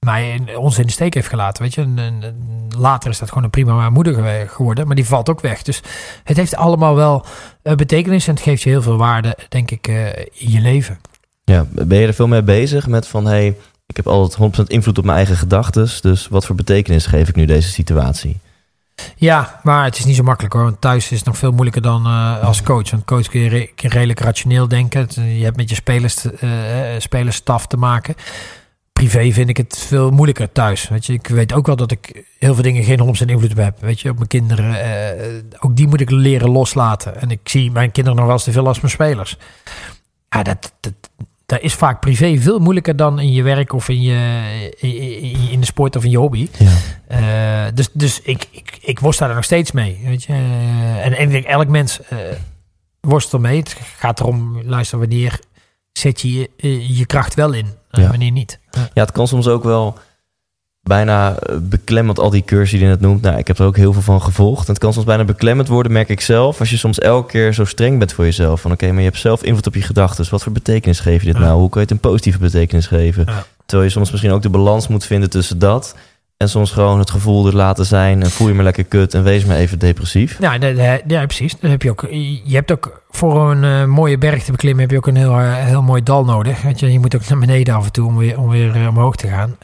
ons in de steek heeft gelaten, weet je. En later is dat gewoon een prima moeder geworden, maar die valt ook weg. Dus het heeft allemaal wel betekenis en het geeft je heel veel waarde, denk ik, in je leven. Ja, ben je er veel mee bezig met van, hey, ik heb altijd 100% invloed op mijn eigen gedachten, dus wat voor betekenis geef ik nu deze situatie? Ja, maar het is niet zo makkelijk hoor. Want thuis is het nog veel moeilijker dan als coach. Want coach kun je redelijk rationeel denken. Je hebt met je spelersstaf te maken. Privé vind ik het veel moeilijker thuis. Weet je, ik weet ook wel dat ik heel veel dingen geen 100% invloed op heb. Weet je, op mijn kinderen. Ook die moet ik leren loslaten. En ik zie mijn kinderen nog wel eens te veel als mijn spelers. Ja, dat is vaak privé veel moeilijker dan in je werk of in de sport of in je hobby. Ja. Dus ik worstel daar nog steeds mee. Weet je? En ik denk elk mens worstelt mee. Het gaat erom, luister, wanneer zet je je kracht wel in en wanneer niet. Ja, het kan soms ook wel bijna beklemmend, al die cursussen die je net noemt. Nou, ik heb er ook heel veel van gevolgd. En het kan soms bijna beklemmend worden, merk ik zelf. Als je soms elke keer zo streng bent voor jezelf. Van oké, maar je hebt zelf invloed op je gedachten. Wat voor betekenis geef je dit nou? Hoe kan je het een positieve betekenis geven? Ja. Terwijl je soms misschien ook de balans moet vinden tussen dat en soms gewoon het gevoel er laten zijn. En voel je me lekker kut en wees me even depressief. Ja, precies. Dan heb je ook. Je hebt ook voor een mooie berg te beklimmen heb je ook een heel mooi dal nodig. Weet je moet ook naar beneden af en toe om weer omhoog te gaan.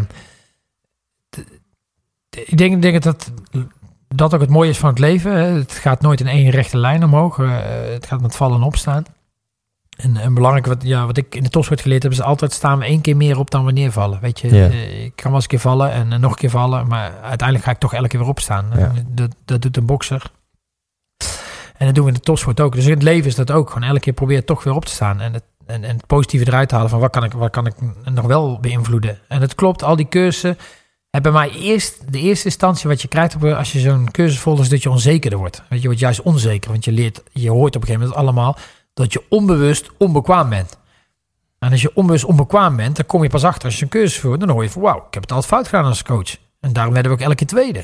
Ik denk dat ook het mooie is van het leven. Het gaat nooit in één rechte lijn omhoog. Het gaat met vallen en opstaan. En belangrijk wat ik in de topsport geleerd heb, is altijd staan we 1 keer meer op dan we neervallen. Weet je, ik kan wel eens een keer vallen en nog een keer vallen, maar uiteindelijk ga ik toch elke keer weer opstaan. Ja. Dat doet een bokser. En dat doen we in de topsport ook. Dus in het leven is dat ook. Gewoon elke keer proberen toch weer op te staan. En het positieve eruit te halen van wat kan ik nog wel beïnvloeden. En het klopt, al die cursussen. En bij mij de eerste instantie wat je krijgt als je zo'n cursus volgt, is dat je onzekerder wordt. Weet je, je wordt juist onzeker, want je hoort op een gegeven moment allemaal dat je onbewust onbekwaam bent. En als je onbewust onbekwaam bent, dan kom je pas achter als je zo'n cursus voert. Dan hoor je van, wauw, ik heb het altijd fout gedaan als coach. En daarom werden we ook elke keer tweede.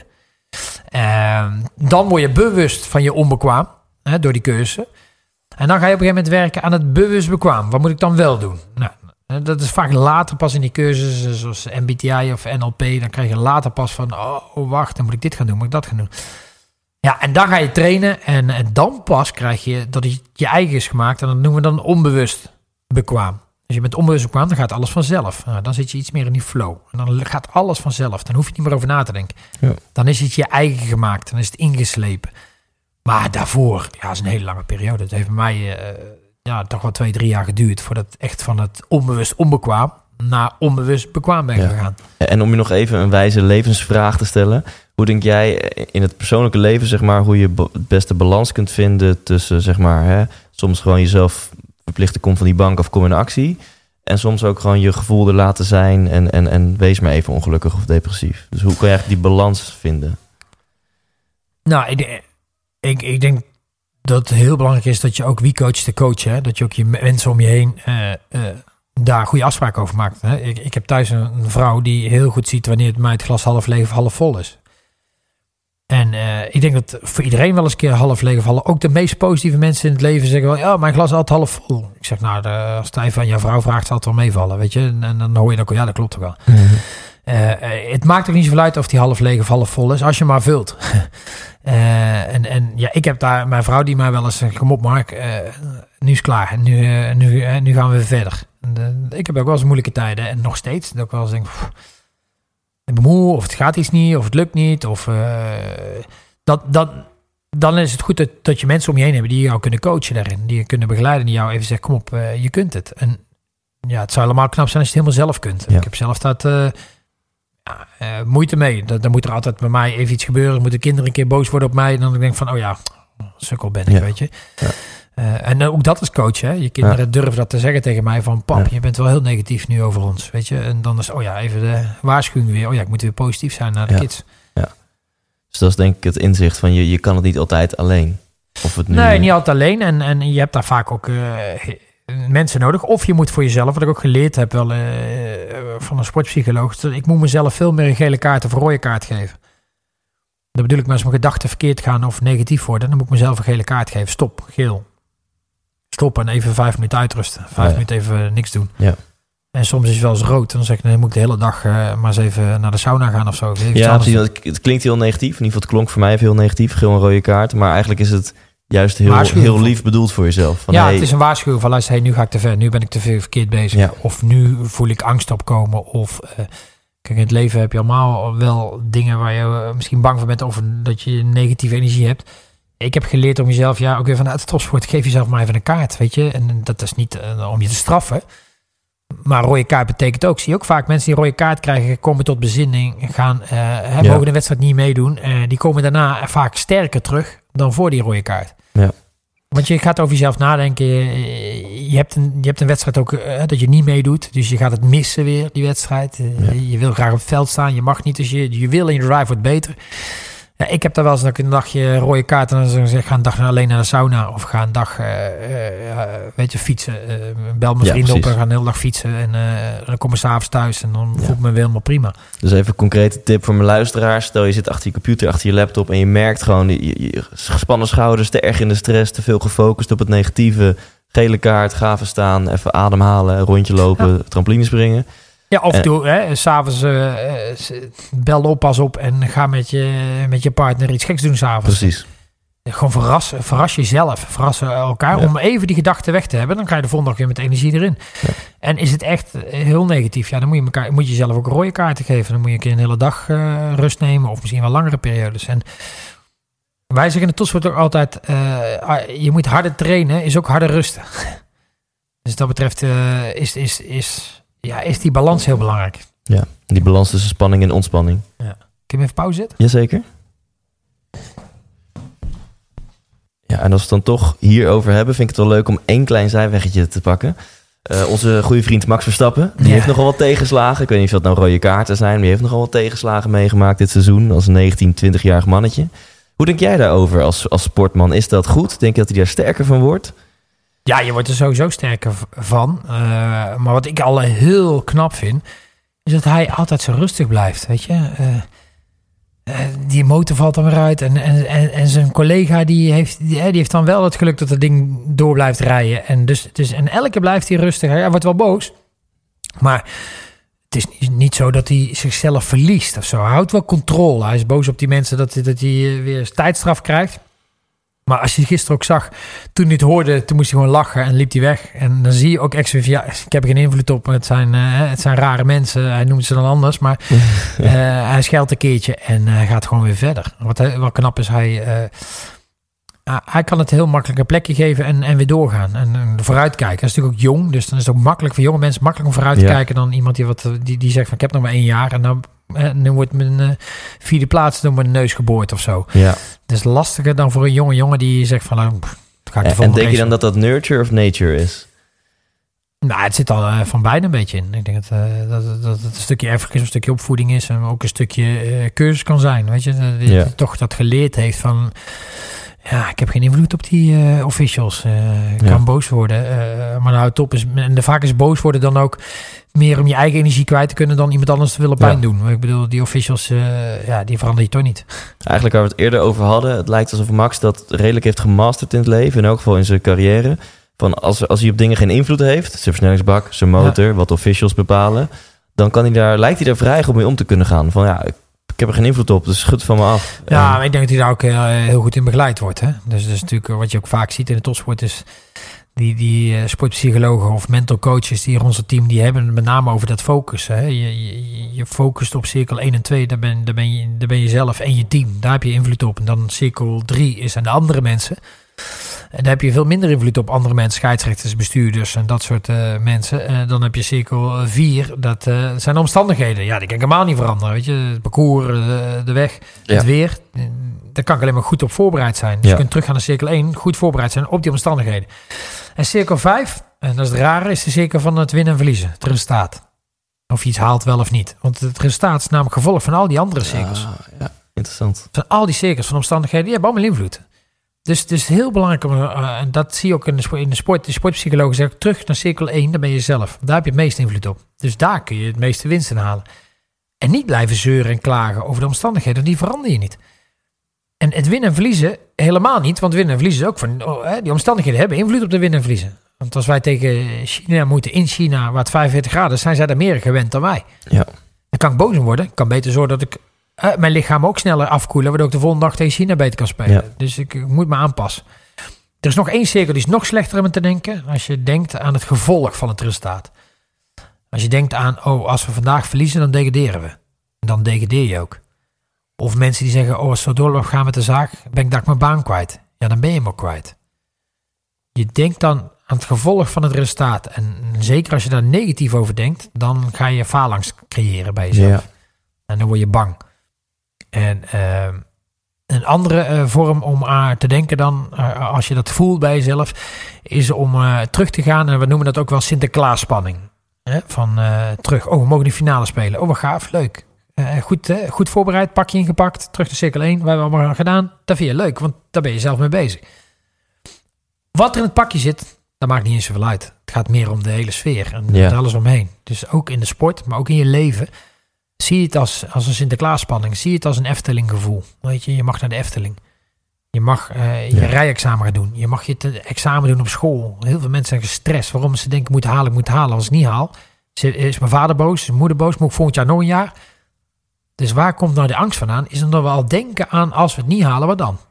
Dan word je bewust van je onbekwaam, door die cursussen. En dan ga je op een gegeven moment werken aan het bewust bekwaam. Wat moet ik dan wel doen? Nou, dat is vaak later pas in die cursussen, zoals MBTI of NLP. Dan krijg je later pas van, oh wacht, dan moet ik dit gaan doen, moet ik dat gaan doen. Ja, en dan ga je trainen en dan pas krijg je dat het je eigen is gemaakt. En dat noemen we dan onbewust bekwaam. Als je bent onbewust bekwaam, dan gaat alles vanzelf. Nou, dan zit je iets meer in die flow. En dan gaat alles vanzelf. Dan hoef je niet meer over na te denken. Ja. Dan is het je eigen gemaakt. Dan is het ingeslepen. Maar daarvoor, ja, is een hele lange periode. Het heeft bij mij toch wel 2-3 jaar geduurd voordat echt van het onbewust onbekwaam naar onbewust bekwaam ben gegaan. En om je nog even een wijze levensvraag te stellen. Hoe denk jij in het persoonlijke leven, zeg maar, hoe je het beste balans kunt vinden tussen, zeg maar, soms gewoon jezelf verplichten, kom van die bank of kom in actie. En soms ook gewoon je gevoel er laten zijn en wees maar even ongelukkig of depressief. Dus hoe kan je eigenlijk die balans vinden? Nou, ik denk dat het heel belangrijk is dat je ook wie coacht de coach. Hè? Dat je ook je mensen om je heen daar goede afspraken over maakt. Hè? Ik heb thuis een vrouw die heel goed ziet wanneer het mij het glas half leeg of half vol is. En ik denk dat voor iedereen wel eens een keer half leeg of half... Ook de meest positieve mensen in het leven zeggen wel, ja, mijn glas is altijd half vol. Ik zeg, nou, als het even aan jouw vrouw vraagt, zal het wel meevallen, weet je. En dan hoor je ook, ja, dat klopt ook wel. Mm-hmm. Het maakt ook niet zoveel uit of die half leeg of half vol is, als je maar vult. Ik heb daar mijn vrouw die mij wel eens, kom op Mark, nu is het klaar. En nu gaan we weer verder. Ik heb ook wel eens moeilijke tijden en nog steeds. Dat ik wel eens denk, ik ben moe, of het gaat iets niet, of het lukt niet. Of dan is het goed dat je mensen om je heen hebt die jou kunnen coachen daarin. Die je kunnen begeleiden, die jou even zeggen, kom op, je kunt het. En ja, het zou helemaal knap zijn als je het helemaal zelf kunt. Ja. Ik heb zelf dat moeite mee. Dan moet er altijd bij mij even iets gebeuren. Moeten kinderen een keer boos worden op mij. En dan denk ik van, oh ja, sukkel ben ik, weet je. Ja. En ook dat is coach, hè. Je kinderen durven dat te zeggen tegen mij van, pap, je bent wel heel negatief nu over ons, weet je. En dan is, even de waarschuwing weer. Ik moet weer positief zijn naar de kids. Ja. Dus dat is denk ik het inzicht van, je kan het niet altijd alleen. Of het nu... Nee, niet altijd alleen. En je hebt daar vaak ook mensen nodig. Of je moet voor jezelf, wat ik ook geleerd heb wel van een sportpsycholoog, ik moet mezelf veel meer een gele kaart of een rode kaart geven. Dat bedoel ik, maar als mijn gedachten verkeerd gaan of negatief worden, dan moet ik mezelf een gele kaart geven. Stop, geel. Stoppen en even 5 minuten uitrusten. 5 minuten even niks doen. Ja. En soms is het wel eens rood. En dan zeg ik, dan moet ik de hele dag maar eens even naar de sauna gaan of zo. Ja, precies. Het klinkt heel negatief. In ieder geval, het klonk voor mij even heel negatief. Geel en rode kaart. Maar eigenlijk is het juist heel lief bedoeld voor jezelf. Van, het is een waarschuwing van luister, nu ga ik te ver. Nu ben ik te veel verkeerd bezig. Ja. Of nu voel ik angst opkomen. Of kijk, in het leven heb je allemaal wel dingen waar je misschien bang voor bent. Of dat je negatieve energie hebt. Ik heb geleerd om jezelf, vanuit het topsport geef jezelf maar even een kaart, weet je. En dat is niet om je te straffen. Maar rode kaart betekent ook, zie je ook vaak mensen die een rode kaart krijgen, komen tot bezinning, gaan, mogen de wedstrijd niet meedoen. Die komen daarna vaak sterker terug dan voor die rode kaart. Ja. Want je gaat over jezelf nadenken. Je hebt een wedstrijd ook dat je niet meedoet. Dus je gaat het missen weer, die wedstrijd. Je wil graag op het veld staan, je mag niet. Dus je wil en je drive wordt beter. Ja, ik heb daar wel eens dat ik een dagje rode kaart en dan zeg ik ga een dag alleen naar de sauna of ga een dag fietsen. Bel mijn vrienden op en ga een hele dag fietsen en dan kom ik 's avonds thuis en dan voel ik me weer helemaal prima. Dus even een concrete tip voor mijn luisteraars. Stel je zit achter je computer, achter je laptop en je merkt gewoon je gespannen schouders, te erg in de stress, te veel gefocust op het negatieve. Gele kaart, ga even staan, even ademhalen, rondje lopen, trampoline springen. Ja, of doe, 's avonds bel de oppas op en ga met je partner iets geks doen 's avonds. Precies. Gewoon verras jezelf, verrassen elkaar om even die gedachten weg te hebben. Dan ga je de volgende dag weer met energie erin. Ja. En is het echt heel negatief, dan moet je jezelf ook rode kaarten geven. Dan moet je een keer een hele dag rust nemen of misschien wel langere periodes. En wij zeggen in de topsport ook altijd, je moet harder trainen, is ook harder rusten. Dus dat betreft is die balans heel belangrijk. Ja, die balans tussen spanning en ontspanning. Ja. Kun je even pauze zetten? Jazeker. Ja, en als we het dan toch hierover hebben, vind ik het wel leuk om één klein zijweggetje te pakken. Onze goede vriend Max Verstappen, die heeft nogal wat tegenslagen. Ik weet niet of dat nou rode kaarten zijn, maar die heeft nogal wat tegenslagen meegemaakt dit seizoen als 19, 20-jarig mannetje. Hoe denk jij daarover als sportman? Is dat goed? Denk je dat hij daar sterker van wordt? Ja, je wordt er sowieso sterker van. Maar wat ik al heel knap vind, is dat hij altijd zo rustig blijft, weet je. Die motor valt dan weer uit en zijn collega die heeft dan wel het geluk dat het ding door blijft rijden. En elke keer blijft hij rustig. Hij wordt wel boos, maar het is niet zo dat hij zichzelf verliest of zo. Hij houdt wel controle. Hij is boos op die mensen dat hij weer tijdstraf krijgt. Maar als je gisteren ook zag, toen hij het hoorde, toen moest hij gewoon lachen en liep hij weg. En dan zie je ook extra van, ik heb er geen invloed op. Het zijn rare mensen. Hij noemt ze dan anders, maar hij scheldt een keertje en hij gaat gewoon weer verder. Wat wel knap is, hij kan het heel makkelijk een plekje geven en weer doorgaan. En vooruitkijken. Hij is natuurlijk ook jong, dus dan is het ook makkelijk voor jonge mensen makkelijk om vooruit te kijken dan iemand die zegt van ik heb nog maar 1 jaar en dan... nu wordt mijn 4e plaats door mijn neus geboord of zo. Ja. Dat is lastiger dan voor een jonge jongen die zegt van... ga ik de volgende en denk je dan dat nurture of nature is? Nou, het zit al van beide een beetje in. Ik denk dat het een stukje erfelijk is, een stukje opvoeding is... en ook een stukje cursus kan zijn. Weet je, die toch dat geleerd heeft van... Ja, ik heb geen invloed op die officials. Ik kan boos worden. Maar nou, top is... En vaak is boos worden dan ook... meer om je eigen energie kwijt te kunnen... dan iemand anders te willen pijn doen. Ik bedoel, die officials... die verander je toch niet. Eigenlijk waar we het eerder over hadden... het lijkt alsof Max dat redelijk heeft gemasterd in het leven... in elk geval in zijn carrière. Van als hij op dingen geen invloed heeft... zijn versnellingsbak, zijn motor... wat officials bepalen... dan lijkt hij daar vrij goed mee om te kunnen gaan. Van ik heb er geen invloed op, dus schud van me af. Ja, maar ik denk dat hij daar ook heel goed in begeleid wordt. Hè? Dus dat is natuurlijk wat je ook vaak ziet in de topsport... is die sportpsychologen of mental coaches die hier onze team... die hebben met name over dat focus. Hè? Je focust op cirkel 1 en 2, daar ben je zelf en je team. Daar heb je invloed op. En dan cirkel 3 zijn de andere mensen... En daar heb je veel minder invloed op andere mensen, scheidsrechters, bestuurders en dat soort mensen. Dan heb je cirkel 4, dat zijn de omstandigheden. Ja, die kan ik helemaal niet veranderen, weet je. Het parcours, de weg, het weer. Daar kan ik alleen maar goed op voorbereid zijn. Dus je kunt teruggaan naar cirkel 1, goed voorbereid zijn op die omstandigheden. En cirkel 5, en dat is het rare, is de cirkel van het winnen en verliezen. Het resultaat. Of je iets haalt wel of niet. Want het resultaat is namelijk gevolg van al die andere cirkels. Ja, interessant. Van al die cirkels van omstandigheden, die hebben allemaal invloed. Dus het is heel belangrijk, en dat zie je ook in de sport. De sportpsychologen zeggen terug naar cirkel 1, dan ben je zelf. Daar heb je het meeste invloed op. Dus daar kun je het meeste winst in halen. En niet blijven zeuren en klagen over de omstandigheden, die verander je niet. En het winnen en verliezen helemaal niet, want winnen en verliezen is ook van... die omstandigheden hebben invloed op de winnen en verliezen. Want als wij tegen China moeten in China, waar het 45 graden is, zijn zij daar meer gewend dan wij. Ja. Dan kan ik boos om worden. Ik kan beter zorgen dat ik mijn lichaam ook sneller afkoelen, waardoor ik de volgende dag tegen China beter kan spelen. Ja. Dus ik moet me aanpassen. Er is nog één cirkel die is nog slechter om te denken. Als je denkt aan het gevolg van het resultaat. Als je denkt aan, als we vandaag verliezen, dan degraderen we. Dan degradeer je ook. Of mensen die zeggen, als het zo doorloopt gaan met de zaak, ben ik mijn baan kwijt. Ja, dan ben je hem ook kwijt. Je denkt dan aan het gevolg van het resultaat. En zeker als je daar negatief over denkt, dan ga je faalangst creëren bij jezelf. Ja. En dan word je bang. En een andere vorm om te denken dan, als je dat voelt bij jezelf, is om terug te gaan. En we noemen dat ook wel Sinterklaasspanning. Van terug, we mogen de finale spelen. Wat gaaf, leuk. Goed voorbereid, pakje ingepakt, terug naar cirkel 1. Wat hebben we allemaal gedaan? Dat vind je leuk, want daar ben je zelf mee bezig. Wat er in het pakje zit, dat maakt niet eens zoveel uit. Het gaat meer om de hele sfeer en alles omheen. Dus ook in de sport, maar ook in je leven. Zie je het als een Sinterklaasspanning. Zie je het als een Efteling gevoel. Weet je mag naar de Efteling. Je mag je rijexamen gaan doen. Je mag je examen doen op school. Heel veel mensen zijn gestrest. Waarom ze denken, ik moet halen. Als ik niet haal, is mijn vader boos, is mijn moeder boos. Moet ik volgend jaar nog een jaar? Dus waar komt nou de angst vandaan? Is omdat we al denken aan, als we het niet halen, wat dan?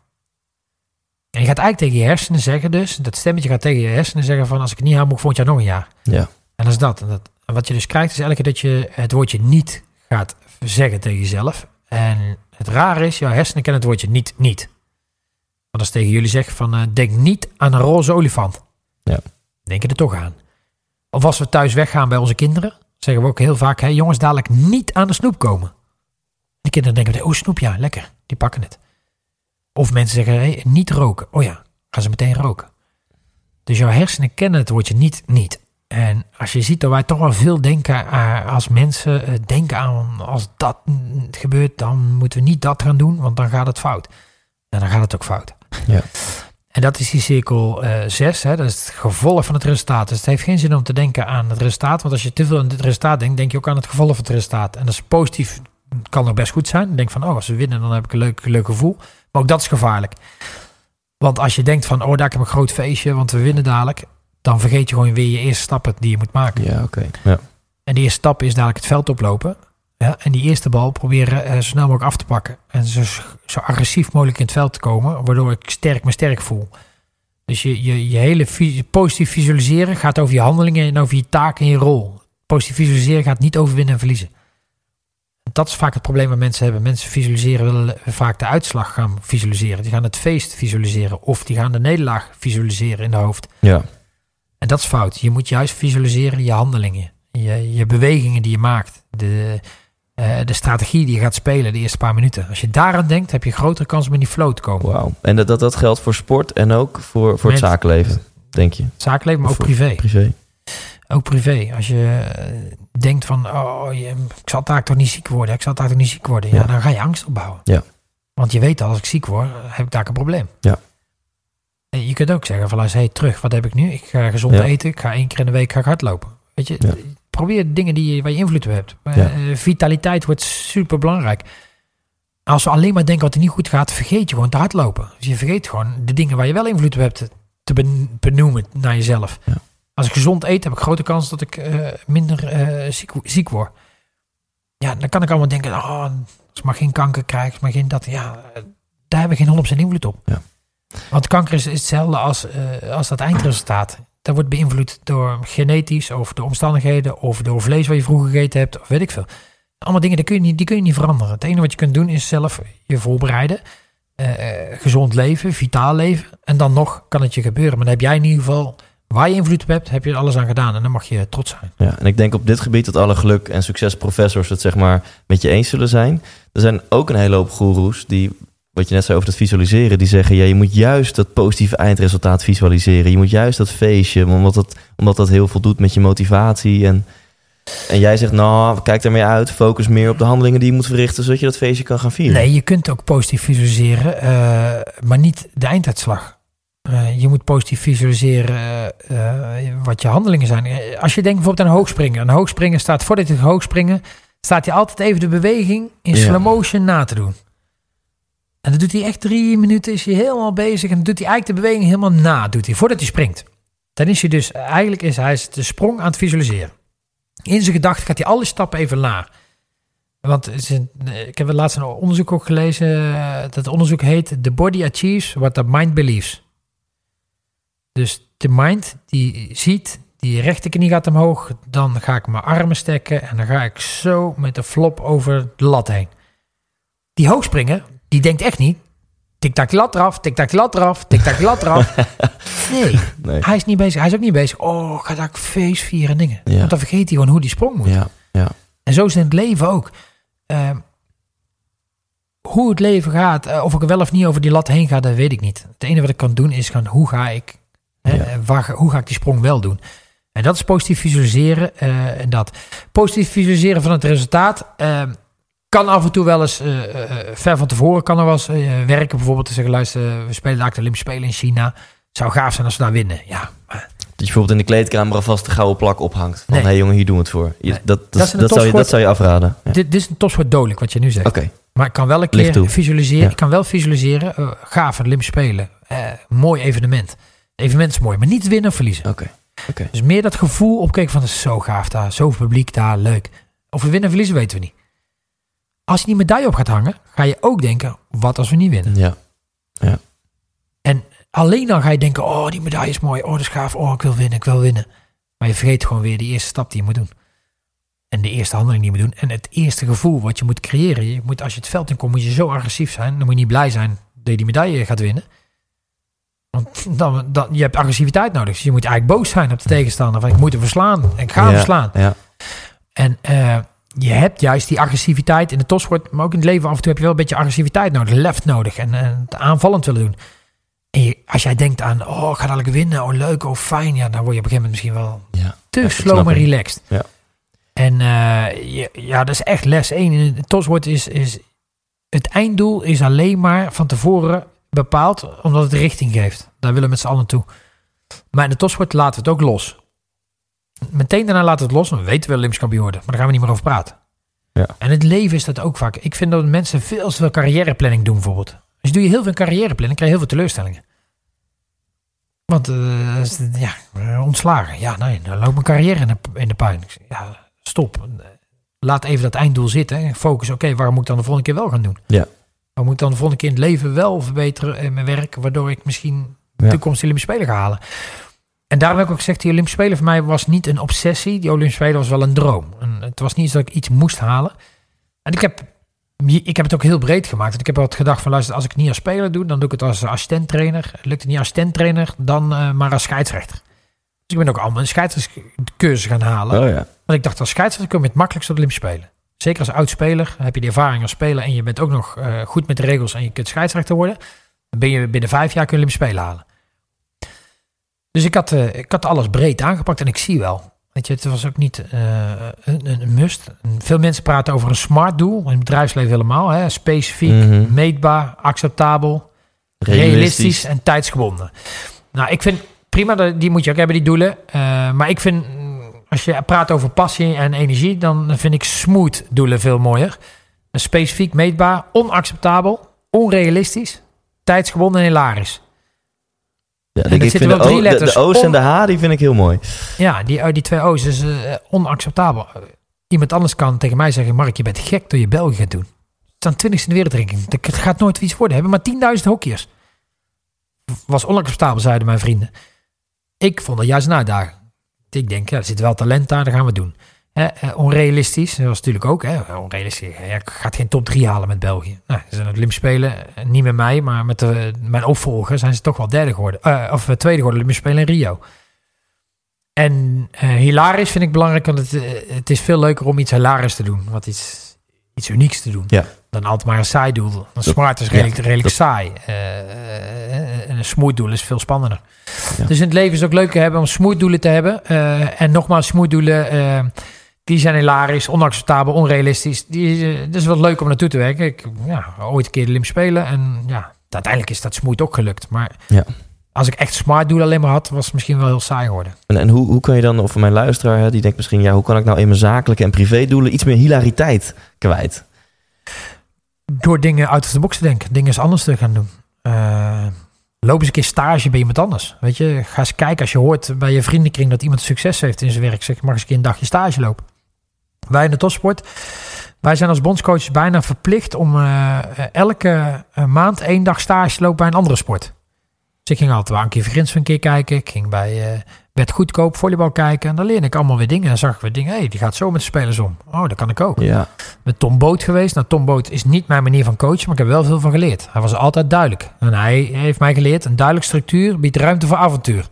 En je gaat eigenlijk tegen je hersenen zeggen dus, dat stemmetje gaat tegen je hersenen zeggen van, als ik het niet haal, moet ik volgend jaar nog een jaar. Ja. En dat is dat. En wat je dus krijgt, is elke keer dat je het woordje niet gaat zeggen tegen jezelf. En het rare is, jouw hersenen kennen het woordje niet. Want als tegen jullie zeg van, denk niet aan een roze olifant. Ja. Denk je er toch aan. Of als we thuis weggaan bij onze kinderen, zeggen we ook heel vaak, jongens, dadelijk niet aan de snoep komen. De kinderen denken, snoep, ja, lekker. Die pakken het. Of mensen zeggen, niet roken. Oh ja, gaan ze meteen roken. Dus jouw hersenen kennen het woordje niet. En als je ziet dat wij toch wel veel denken als mensen denken aan, als dat gebeurt, dan moeten we niet dat gaan doen, want dan gaat het fout. En dan gaat het ook fout. Ja. En dat is die cirkel 6, dat is het gevolg van het resultaat. Dus het heeft geen zin om te denken aan het resultaat, want als je te veel aan het resultaat denkt, denk je ook aan het gevolg van het resultaat. En dat is positief, kan nog best goed zijn. Denk van, als we winnen, dan heb ik een leuk gevoel. Maar ook dat is gevaarlijk. Want als je denkt van, daar heb ik een groot feestje, want we winnen dadelijk, dan vergeet je gewoon weer je eerste stappen die je moet maken. Ja, oké. Ja. En die eerste stap is dadelijk het veld oplopen. Ja, en die eerste bal proberen zo snel mogelijk af te pakken. En zo agressief mogelijk in het veld te komen, waardoor ik me sterk voel. Dus je hele positief visualiseren gaat over je handelingen en over je taak en je rol. Positief visualiseren gaat niet over winnen en verliezen. Dat is vaak het probleem wat mensen hebben. Mensen willen vaak de uitslag gaan visualiseren. Die gaan het feest visualiseren. Of die gaan de nederlaag visualiseren in de hoofd. Ja. En dat is fout. Je moet juist visualiseren je handelingen. Je bewegingen die je maakt. De strategie die je gaat spelen de eerste paar minuten. Als je daaraan denkt, heb je een grotere kans om in die flow te komen. Wauw. En dat geldt voor sport en ook voor het zakenleven, denk je? Zakenleven, maar ook privé. Ook privé. Als je denkt van, ik zal daar toch niet ziek worden. Ja, dan ga je angst opbouwen. Ja. Want je weet al, als ik ziek word, heb ik daar een probleem. Ja. En je kunt ook zeggen van, terug, wat heb ik nu? Ik ga gezond eten. Ik ga 1 keer in de week hardlopen. Weet je, probeer dingen waar je invloed op hebt. Vitaliteit wordt super belangrijk. Als we alleen maar denken wat er niet goed gaat, vergeet je gewoon te hardlopen. Dus je vergeet gewoon de dingen waar je wel invloed op hebt te benoemen naar jezelf. Ja. Als ik gezond eet, heb ik grote kans dat ik minder ziek word. Ja, dan kan ik allemaal denken, als ik maar geen kanker krijg, als maar geen dat. Ja, daar hebben we geen 100% invloed op. Ja. Want kanker is hetzelfde als dat eindresultaat. Dat wordt beïnvloed door genetisch, of door omstandigheden, of door vlees wat je vroeger gegeten hebt, of weet ik veel. Allemaal dingen, die kun je niet veranderen. Het enige wat je kunt doen is zelf je voorbereiden. Gezond leven, vitaal leven. En dan nog kan het je gebeuren. Maar dan heb jij in ieder geval, waar je invloed op hebt, heb je er alles aan gedaan. En dan mag je trots zijn. Ja, en ik denk op dit gebied dat alle geluk- en succesprofessors het zeg maar met je eens zullen zijn. Er zijn ook een hele hoop goeroes die, wat je net zei over dat visualiseren, die zeggen, je moet juist dat positieve eindresultaat visualiseren. Je moet juist dat feestje, omdat dat heel veel doet met je motivatie. En jij zegt, kijk daarmee uit, focus meer op de handelingen die je moet verrichten, zodat je dat feestje kan gaan vieren. Nee, je kunt ook positief visualiseren, maar niet de einduitslag. Je moet positief visualiseren wat je handelingen zijn. Als je denkt bijvoorbeeld aan hoogspringen. Aan hoogspringen staat, voordat je hoogspringen, staat hij altijd even de beweging in slow motion na te doen. En dan doet hij echt 3 minuten, is hij helemaal bezig. En dan doet hij eigenlijk de beweging helemaal na, voordat hij springt. Dan is hij dus, eigenlijk is hij de sprong aan het visualiseren. In zijn gedachten gaat hij alle stappen even na. Want ik heb laatst een onderzoek ook gelezen. Dat onderzoek heet The Body Achieves What the Mind Believes. Dus de mind die ziet, die rechterknie gaat omhoog. Dan ga ik mijn armen strekken en dan ga ik zo met de flop over de lat heen. Die hoogspringer, die denkt echt niet. Tik-tak lat eraf, tik-tak lat eraf, tik-tak lat eraf. Nee, hij is niet bezig. Hij is ook niet bezig. Oh, ga daar feest vieren dingen. Ja. Want dan vergeet hij gewoon hoe die sprong moet. Ja. En zo is het in het leven ook. Hoe het leven gaat, of ik er wel of niet over die lat heen ga, dat weet ik niet. Het enige wat ik kan doen is gaan, hoe ga ik die sprong wel doen? En dat is positief visualiseren. En dat positief visualiseren van het resultaat kan af en toe wel eens ver van tevoren kan er wel eens werken. Bijvoorbeeld te zeggen, luister, we spelen de Olympische Spelen in China. Het zou gaaf zijn als we daar winnen. Ja. Dat je bijvoorbeeld in de kleedkamer alvast een gouden plak ophangt. Van, hey jongen, hier doen we het voor. Dat zou je afraden. Ja. Dit is een topsport dodelijk wat je nu zegt. Okay. Maar ik kan wel een keer visualiseren. Ja. Ik kan wel visualiseren. Gaaf, de Olympische Spelen. Mooi evenement. Het evenement is mooi, maar niet winnen of verliezen. Okay. Dus meer dat gevoel opkijken van, het is zo gaaf daar. Zoveel publiek daar, leuk. Of we winnen of verliezen, weten we niet. Als je die medaille op gaat hangen, ga je ook denken, wat als we niet winnen? Ja. En alleen dan ga je denken, oh, die medaille is mooi. Oh, dat is gaaf. Oh, ik wil winnen. Maar je vergeet gewoon weer die eerste stap die je moet doen. En de eerste handeling die je moet doen. En het eerste gevoel wat je moet creëren. Als je het veld in komt, moet je zo agressief zijn. Dan moet je niet blij zijn dat je die medaille gaat winnen. Want dan je hebt agressiviteit nodig. Dus je moet eigenlijk boos zijn op de tegenstander. Van, ik moet hem verslaan. En ik ga hem verslaan. Ja. En je hebt juist die agressiviteit in de topsport. Maar ook in het leven af en toe heb je wel een beetje agressiviteit nodig. Lef nodig. En het aanvallend willen doen. En als jij denkt aan, oh, ik ga dadelijk winnen. Oh, leuk. Oh, fijn. Ja, dan word je op een gegeven moment misschien wel te slow maar relaxed. Ja. En dat is echt les 1. In de topsport is het einddoel is alleen maar van tevoren bepaald, omdat het richting geeft. Daar willen we met z'n allen toe. Maar in de topsport laten we het ook los. Meteen daarna laten we het los. Dan weten we Olympisch kampioen worden. Maar daar gaan we niet meer over praten. Ja. En het leven is dat ook vaak. Ik vind dat mensen veel te veel carrièreplanning doen bijvoorbeeld. Dus doe je heel veel carrièreplanning, krijg je heel veel teleurstellingen. Want ontslagen. Ja, nee, dan loopt mijn carrière in de puin. Ja, stop. Laat even dat einddoel zitten. Focus, oké, waar moet ik dan de volgende keer wel gaan doen? Ja. Waar moet ik dan de volgende keer in het leven wel verbeteren in mijn werk, waardoor ik misschien de toekomst de Olympische Spelen ga halen? En daarom heb ik ook gezegd, die Olympische Spelen voor mij was niet een obsessie. Die Olympische Spelen was wel een droom. En het was niet zo dat ik iets moest halen. En ik heb het ook heel breed gemaakt. Want ik heb altijd gedacht van, luister, als ik het niet als speler doe, dan doe ik het als assistent-trainer. Lukt het niet als assistent-trainer, dan maar als scheidsrechter. Dus ik ben ook allemaal een scheidsrechtscursus gaan halen. Oh ja. Want ik dacht, als scheidsrechter kom je het makkelijkst op de Olympische Spelen. Zeker als oud-speler heb je de ervaring als speler en je bent ook nog goed met de regels en je kunt scheidsrechter worden. Dan ben je binnen 5 jaar kun je Olympische Spelen halen. Dus ik had alles breed aangepakt en ik zie wel. Weet je, het was ook niet een must. Veel mensen praten over een smart doel. In het bedrijfsleven helemaal. Hè? Specifiek, meetbaar, acceptabel, realistisch en tijdsgebonden. Nou, ik vind prima, die moet je ook hebben, die doelen. Maar ik vind, als je praat over passie en energie, dan vind ik smooth doelen veel mooier. Specifiek, meetbaar, onacceptabel, onrealistisch, tijdsgebonden en hilarisch. Ja, ik vind de O's en de H, die vind ik heel mooi. Ja, die 2 O's is onacceptabel. Iemand anders kan tegen mij zeggen, Mark, je bent gek door je België gaat doen. Het staan 20ste in de wereldranking. Het gaat nooit iets worden. Hebben maar 10.000 hockeyers. Was onacceptabel, zeiden mijn vrienden. Ik vond dat juist een uitdaging. Ik denk, er zit wel talent daar, dat gaan we doen. Onrealistisch, dat was natuurlijk ook. Onrealistisch. Je gaat geen top 3 halen met België. Nou, ze zijn het Olympische Spelen, niet met mij, maar met mijn opvolger zijn ze toch wel tweede geworden Olympische Spelen in Rio. En hilarisch vind ik belangrijk, want het is veel leuker om iets hilarisch te doen. Wat iets unieks te doen. Ja. Dan altijd maar een saai doel. Een smart is redelijk saai. En een smooth doel is veel spannender. Ja. Dus in het leven is het ook leuk te hebben om smooth doelen te hebben. En nogmaals, smooth doelen, die zijn hilarisch, onacceptabel, onrealistisch. Dat is wel leuk om naartoe te werken. Ooit een keer de Olympische Spelen. En uiteindelijk is dat smooth ook gelukt. Maar als ik echt smart doelen alleen maar had, was het misschien wel heel saai geworden. En hoe kan je dan, of mijn luisteraar, die denkt misschien, hoe kan ik nou in mijn zakelijke en privé doelen iets meer hilariteit kwijt? Door dingen uit de box te denken. Dingen eens anders te gaan doen. Loop eens een keer stage bij iemand anders. Weet je, ga eens kijken als je hoort bij je vriendenkring dat iemand succes heeft in zijn werk. Zeg, mag eens een keer een dagje stage lopen. Wij in de topsport, wij zijn als bondscoaches bijna verplicht om elke maand 1 dag stage te lopen bij een andere sport. Dus ik ging altijd een keer Grins een keer kijken. Ik ging bij Bert Goedkoop volleybal kijken. En dan leerde ik allemaal weer dingen. En dan zag ik weer dingen. Die gaat zo met de spelers om. Oh, dat kan ik ook. Ja. Met Tom Boot geweest. Nou, Tom Boot is niet mijn manier van coachen, maar ik heb wel veel van geleerd. Hij was altijd duidelijk. En hij heeft mij geleerd, een duidelijke structuur biedt ruimte voor avontuur.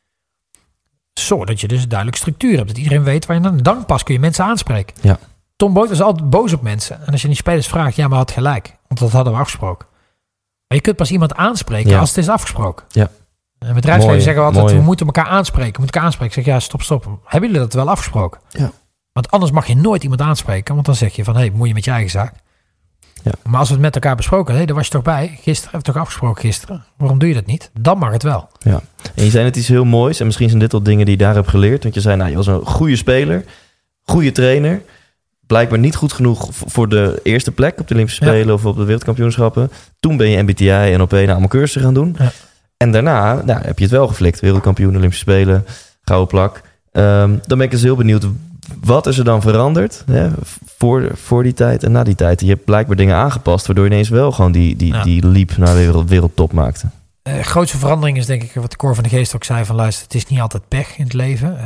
Zodat je dus een duidelijke structuur hebt. Dat iedereen weet waar je dan pas kun je mensen aanspreken. Ja. Tom Boot was altijd boos op mensen. En als je die spelers vraagt, ja, maar had gelijk. Want dat hadden we afgesproken. Maar je kunt pas iemand aanspreken als het is afgesproken. Ja. En bedrijfsleven zeggen we altijd, we moeten elkaar aanspreken. Ik zeg, ja, stop. Hebben jullie dat wel afgesproken? Ja. Want anders mag je nooit iemand aanspreken. Want dan zeg je van, moet je met je eigen zaak. Ja. Maar als we het met elkaar besproken, daar was je toch bij. Gisteren hebben we toch afgesproken gisteren. Waarom doe je dat niet? Dan mag het wel. Ja. En je zei net iets heel moois. En misschien zijn dit al dingen die je daar hebt geleerd. Want je zei, je was een goede speler. Goede trainer. Blijkbaar niet goed genoeg voor de eerste plek op de Olympische Spelen of op de wereldkampioenschappen. Toen ben je MBTI en op een allemaal cursussen gaan doen. Ja. En daarna heb je het wel geflikt. Wereldkampioen, Olympische Spelen, gouden plak. Dan ben ik dus heel benieuwd. Wat is er dan veranderd voor die tijd en na die tijd? Je hebt blijkbaar dingen aangepast, waardoor je ineens wel gewoon die leap naar de wereldtop maakte. Grootste verandering is denk ik wat Cor van de Geest ook zei van luister, het is niet altijd pech in het leven.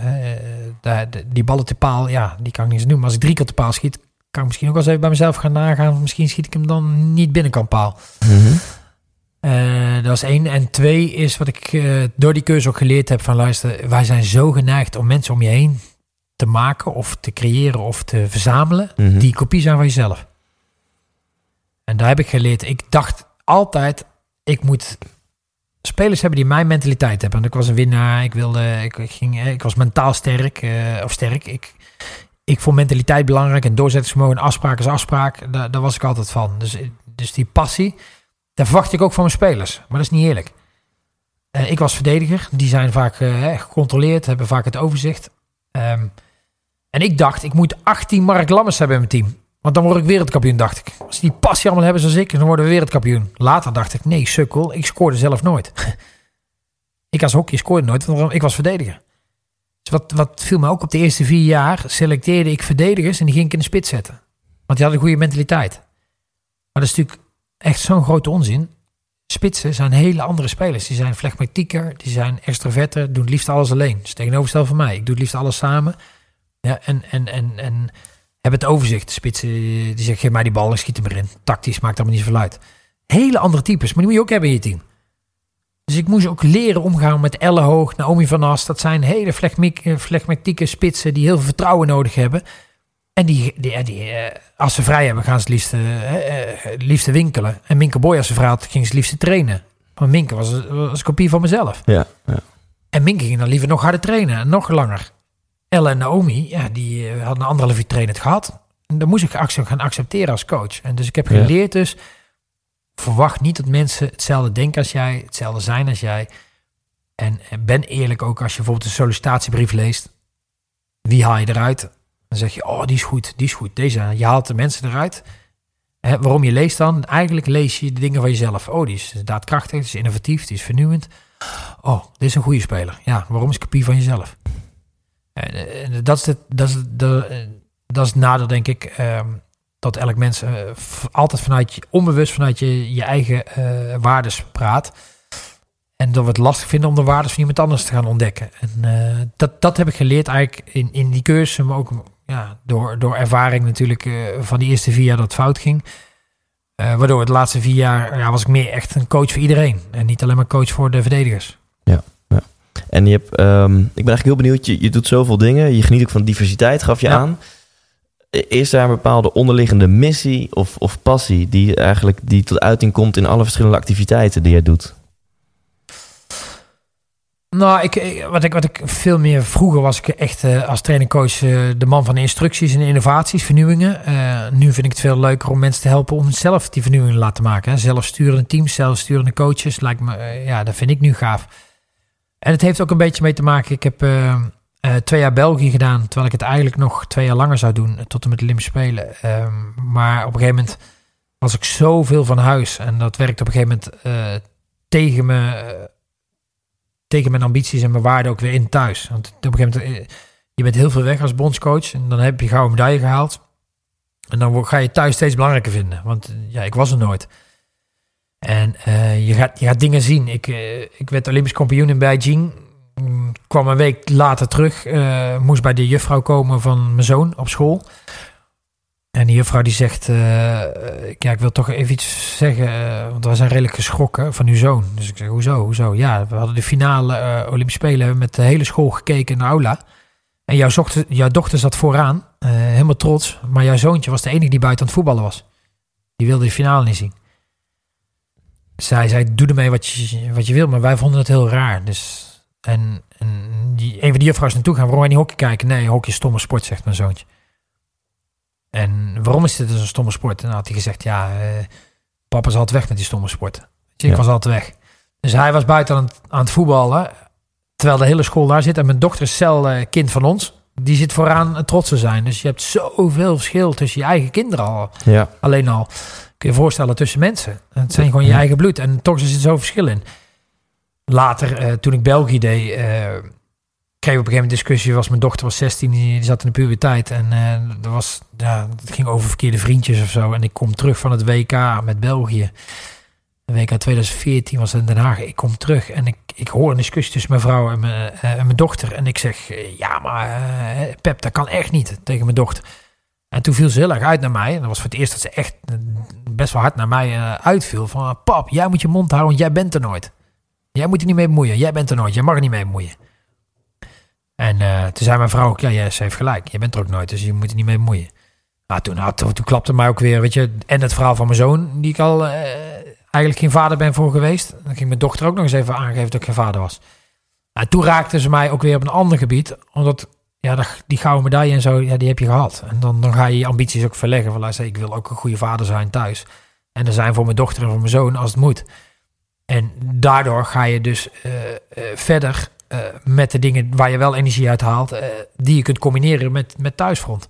Die ballen te paal, die kan ik niet eens doen. Maar als ik 3 keer te paal schiet, kan ik misschien ook wel eens even bij mezelf gaan nagaan. Misschien schiet ik hem dan niet binnenkant paal. Mm-hmm. Dat is 1. En 2 is wat ik door die cursus ook geleerd heb van luister, wij zijn zo geneigd om mensen om je heen te maken of te creëren of te verzamelen, die kopie zijn van jezelf. En daar heb ik geleerd. Ik dacht altijd, ik moet spelers hebben die mijn mentaliteit hebben. Want ik was een winnaar, ik was mentaal sterk. Ik vond mentaliteit belangrijk en doorzettingsvermogen, afspraak is afspraak. Daar was ik altijd van. Dus die passie, daar verwacht ik ook van mijn spelers. Maar dat is niet eerlijk. Ik was verdediger. Die zijn vaak gecontroleerd, hebben vaak het overzicht. En ik dacht, ik moet 18 Mark Lammers hebben in mijn team. Want dan word ik wereldkampioen, dacht ik. Als die passie allemaal hebben zoals ik, dan worden we wereldkampioen. Later dacht ik, nee, sukkel, ik scoorde zelf nooit. Ik als hockey scoorde nooit, want ik was verdediger. Dus wat viel me ook op de eerste 4 jaar, selecteerde ik verdedigers en die ging ik in de spits zetten. Want die hadden een goede mentaliteit. Maar dat is natuurlijk echt zo'n grote onzin. Spitsen zijn hele andere spelers. Die zijn flegmatieker, die zijn extroverter, doen het liefst alles alleen. Dus tegenoverstel van mij. Ik doe het liefst alles samen. Ja, en heb het overzicht. De spitsen die zegt, geef mij die bal en schiet hem erin. Tactisch maakt allemaal niet zoveel uit. Hele andere types, maar die moet je ook hebben in je team. Dus ik moest ook leren omgaan met Elle Hoog, Naomi van As. Dat zijn hele flegmatieke spitsen die heel veel vertrouwen nodig hebben. En die als ze vrij hebben, gaan ze het liefste winkelen. En Minke Boy, als ze vrij had, ging ze het liefste trainen. Want Minke was een kopie van mezelf. Ja. En Minke ging dan liever nog harder trainen en nog langer. Elle en Naomi, die hadden 1,5 uur trainen gehad. En dan moest ik gaan accepteren als coach. En dus ik heb geleerd dus, verwacht niet dat mensen hetzelfde denken als jij, hetzelfde zijn als jij. En ben eerlijk ook als je bijvoorbeeld een sollicitatiebrief leest. Wie haal je eruit? Dan zeg je, die is goed. Je haalt de mensen eruit. Waarom je leest dan? Eigenlijk lees je de dingen van jezelf. Die is daadkrachtig, die is innovatief, die is vernieuwend. Dit is een goede speler. Ja, waarom is het kopie van jezelf? Dat is het nadeel, denk ik, dat elk mens altijd onbewust vanuit je eigen waardes praat. En dat we het lastig vinden om de waardes van iemand anders te gaan ontdekken. En dat heb ik geleerd eigenlijk in die cursus, maar ook door ervaring natuurlijk van die eerste 4 jaar dat het fout ging. Waardoor de laatste 4 jaar was ik meer echt een coach voor iedereen. En niet alleen maar coach voor de verdedigers. Ja. En je hebt, ik ben eigenlijk heel benieuwd, je doet zoveel dingen. Je geniet ook van diversiteit, gaf je aan. Is daar een bepaalde onderliggende missie of passie die tot uiting komt in alle verschillende activiteiten die jij doet? Nou, wat ik veel meer vroeger was ik echt als trainer-coach de man van de instructies en de innovaties, vernieuwingen. Nu vind ik het veel leuker om mensen te helpen om zelf die vernieuwingen te laten maken. Hè. Zelfsturende teams, zelfsturende coaches, lijkt me, dat vind ik nu gaaf. En het heeft ook een beetje mee te maken. Ik heb 2 jaar België gedaan, terwijl ik het eigenlijk nog 2 jaar langer zou doen, tot en met de Olympische Spelen. Maar op een gegeven moment was ik zoveel van huis en dat werkte op een gegeven moment tegen mijn ambities en mijn waarden ook weer in thuis. Want op een gegeven moment, je bent heel veel weg als bondscoach en dan heb je gouden medaille gehaald. En dan ga je thuis steeds belangrijker vinden. Want ik was er nooit. En je gaat dingen zien. Ik werd Olympisch kampioen in Beijing. Kwam een week later terug. Moest bij de juffrouw komen van mijn zoon op school. En die juffrouw die zegt... ik wil toch even iets zeggen. Want wij zijn redelijk geschrokken van uw zoon. Dus ik zeg, hoezo? Ja, we hadden de finale Olympische Spelen met de hele school gekeken in de aula. En jouw dochter zat vooraan. Helemaal trots. Maar jouw zoontje was de enige die buiten aan het voetballen was. Die wilde de finale niet zien. Zij zei, doe ermee wat je wil. Maar wij vonden het heel raar. Dus... En een van die juffrouws naartoe gaan. Waarom wij niet hockey kijken? Nee, hockey is stomme sport, zegt mijn zoontje. En waarom is dit dus een stomme sport? En dan had hij gezegd, papa is altijd weg met die stomme sport. Ik was altijd weg. Dus hij was buiten aan het voetballen. Terwijl de hele school daar zit. En mijn dochter is kind van ons. Die zit vooraan trots te zijn. Dus je hebt zoveel verschil tussen je eigen kinderen al. Ja. Alleen al. Kun je je voorstellen tussen mensen. Het zijn gewoon je eigen bloed. En toch zit er zoveel verschil in. Later, toen ik België deed, kreeg ik op een gegeven moment discussie. Mijn dochter was 16, die zat in de puberteit. En het ging over verkeerde vriendjes of zo. En ik kom terug van het WK met België. De WK 2014 was in Den Haag. Ik kom terug en ik hoor een discussie tussen mijn vrouw en mijn dochter. En ik zeg, Pep, dat kan echt niet tegen mijn dochter. En toen viel ze heel erg uit naar mij. En dat was voor het eerst dat ze echt best wel hard naar mij uitviel. Van, pap, jij moet je mond houden, want jij bent er nooit. Jij moet er niet mee bemoeien. Jij bent er nooit. Jij mag er niet mee bemoeien. En toen zei mijn vrouw ook, ze heeft gelijk. Je bent er ook nooit, dus je moet er niet mee bemoeien. Nou, toen klapte mij ook weer, weet je, en het verhaal van mijn zoon, die ik al eigenlijk geen vader ben voor geweest. Dan ging mijn dochter ook nog eens even aangeven dat ik geen vader was. Nou, toen raakte ze mij ook weer op een ander gebied, omdat die gouden medaille en zo, die heb je gehad. En dan ga je je ambities ook verleggen. Van, luister, ik wil ook een goede vader zijn thuis. En er zijn voor mijn dochter en voor mijn zoon als het moet. En daardoor ga je dus verder met de dingen waar je wel energie uit haalt, die je kunt combineren met thuisfront.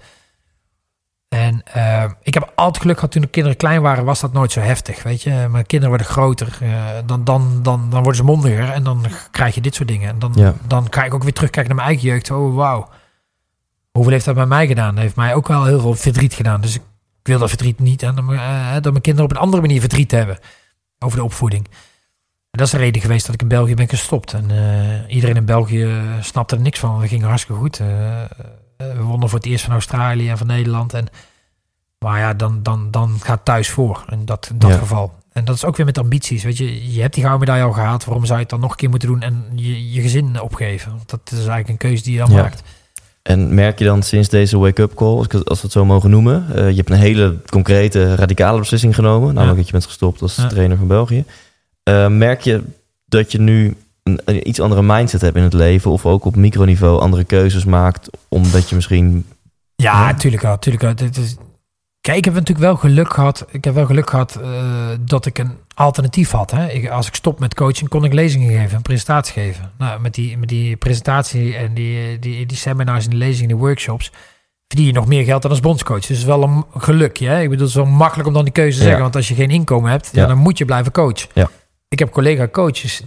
En ik heb altijd geluk gehad toen de kinderen klein waren, was dat nooit zo heftig. Weet je, mijn kinderen worden groter, dan worden ze mondiger en dan krijg je dit soort dingen. En dan ga ik ook weer terugkijken naar mijn eigen jeugd. Oh, wauw. Hoeveel heeft dat bij mij gedaan? Dat heeft mij ook wel heel veel verdriet gedaan. Dus ik wil dat verdriet niet. En dat mijn kinderen op een andere manier verdriet hebben over de opvoeding. En dat is de reden geweest dat ik in België ben gestopt. En iedereen in België snapte er niks van. We gingen hartstikke goed. We wonnen voor het eerst van Australië en van Nederland. Maar dan gaat thuis voor in dat geval. En dat is ook weer met ambities. Weet je hebt die gouden medaille al gehaald. Waarom zou je het dan nog een keer moeten doen en je gezin opgeven? Want dat is eigenlijk een keuze die je dan maakt. En merk je dan sinds deze wake-up call, als we het zo mogen noemen, je hebt een hele concrete, radicale beslissing genomen. Namelijk dat je bent gestopt als trainer van België. Merk je dat je nu een iets andere mindset hebt in het leven, of ook op microniveau andere keuzes maakt, omdat je misschien... Ja, tuurlijk wel. Kijk, ik heb natuurlijk wel geluk gehad. Ik heb wel geluk gehad dat ik een alternatief had. Hè? Als ik stop met coaching, kon ik lezingen geven, een presentatie geven. Nou, met die presentatie en die seminars en die lezingen, die workshops, verdien je nog meer geld dan als bondscoach. Dus het is wel een gelukje. Hè? Ik bedoel, het is wel makkelijk om dan die keuze te zeggen. Want als je geen inkomen hebt, dan moet je blijven coachen. Ja. Ik heb collega-coaches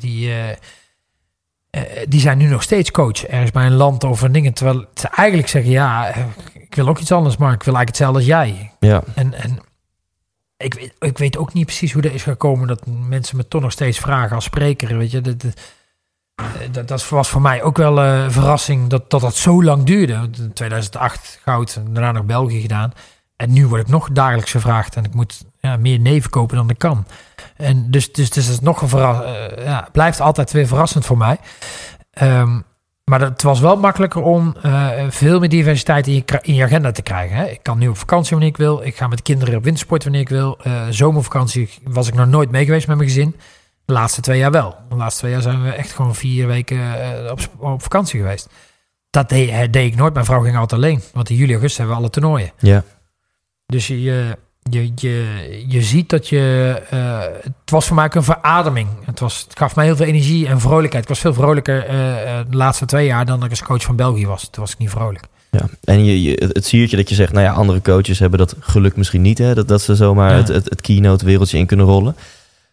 die zijn nu nog steeds coach. Ergens bij een land over dingen. Terwijl ze eigenlijk zeggen, ik wil ook iets anders, maar ik wil eigenlijk hetzelfde als jij. Ja. En ik weet ook niet precies hoe dat is gekomen dat mensen me toch nog steeds vragen als spreker. Weet je, dat was voor mij ook wel een verrassing dat zo lang duurde. In 2008 goud en daarna nog België gedaan. En nu word ik nog dagelijks gevraagd en ik moet meer neven kopen dan ik kan. En dus het is nog blijft altijd weer verrassend voor mij. Maar het was wel makkelijker om veel meer diversiteit in je agenda te krijgen. Hè? Ik kan nu op vakantie wanneer ik wil. Ik ga met de kinderen op wintersport wanneer ik wil. Zomervakantie was ik nog nooit mee geweest met mijn gezin. De laatste 2 jaar wel. De laatste 2 jaar zijn we echt gewoon 4 weken op vakantie geweest. Dat deed ik nooit. Mijn vrouw ging altijd alleen. Want in juli, augustus hebben we alle toernooien. Ja. Dus je ziet dat het was voor mij ook een verademing. Het gaf mij heel veel energie en vrolijkheid. Ik was veel vrolijker de laatste 2 jaar dan dat ik als coach van België was. Toen was ik niet vrolijk. Ja, en het siertje dat je zegt, andere coaches hebben dat geluk misschien niet. Hè? Dat ze zomaar het keynote wereldje in kunnen rollen.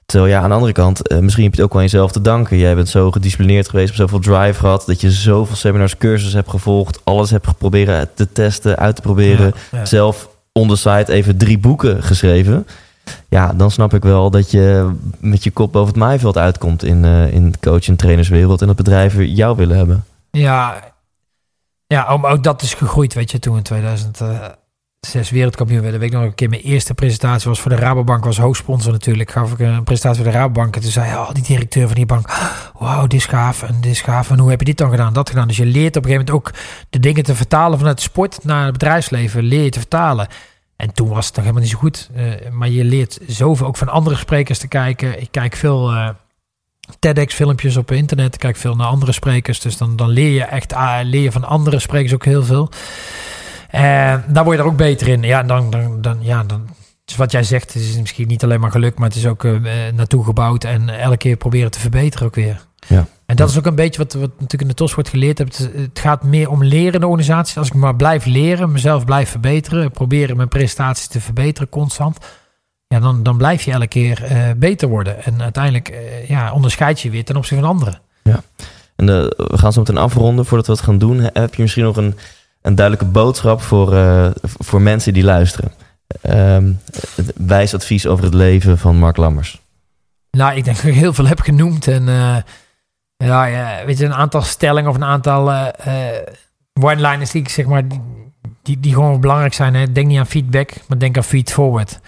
Terwijl aan de andere kant, misschien heb je het ook wel aan jezelf te danken. Jij bent zo gedisciplineerd geweest, hebt zoveel drive gehad, dat je zoveel seminars, cursussen hebt gevolgd, alles hebt geprobeerd te testen, uit te proberen. Ja. Zelf on the side even 3 boeken geschreven. Ja, dan snap ik wel dat je met je kop boven het maaiveld uitkomt in de coach- en trainerswereld en dat bedrijven jou willen hebben. Ja, ook dat is gegroeid, weet je, toen in 2006 wereldkampioen werden. Weet ik nog een keer, mijn eerste presentatie was voor de Rabobank, was hoofdsponsor natuurlijk. Gaf ik een presentatie voor de Rabobank en toen zei die directeur van die bank, wauw, dit is gaaf en hoe heb je dit dan gedaan, dat gedaan. Dus je leert op een gegeven moment ook de dingen te vertalen vanuit de sport naar het bedrijfsleven, leer je te vertalen. En toen was het nog helemaal niet zo goed. Maar je leert zoveel ook van andere sprekers te kijken. Ik kijk veel TEDx-filmpjes op internet. Ik kijk veel naar andere sprekers. Dus dan leer je echt van andere sprekers ook heel veel. Daar word je er ook beter in. Ja, dan dus wat jij zegt, het is misschien niet alleen maar geluk, maar het is ook naartoe gebouwd en elke keer proberen te verbeteren ook weer. Ja. En dat is ook een beetje wat natuurlijk in de topsport geleerd heb. Het gaat meer om leren in de organisatie. Als ik maar blijf leren, mezelf blijf verbeteren, proberen mijn prestaties te verbeteren constant, ja, dan blijf je elke keer beter worden. En uiteindelijk onderscheid je weer ten opzichte van anderen. Ja. En we gaan zo meteen afronden. Voordat we het gaan doen, heb je misschien nog een duidelijke boodschap voor mensen die luisteren? Wijs advies over het leven van Mark Lammers. Nou, ik denk dat ik heel veel heb genoemd. En weet je, een aantal stellingen of een aantal one-liners die ik zeg maar die gewoon belangrijk zijn. Hè. Denk niet aan feedback, maar denk aan feed forward.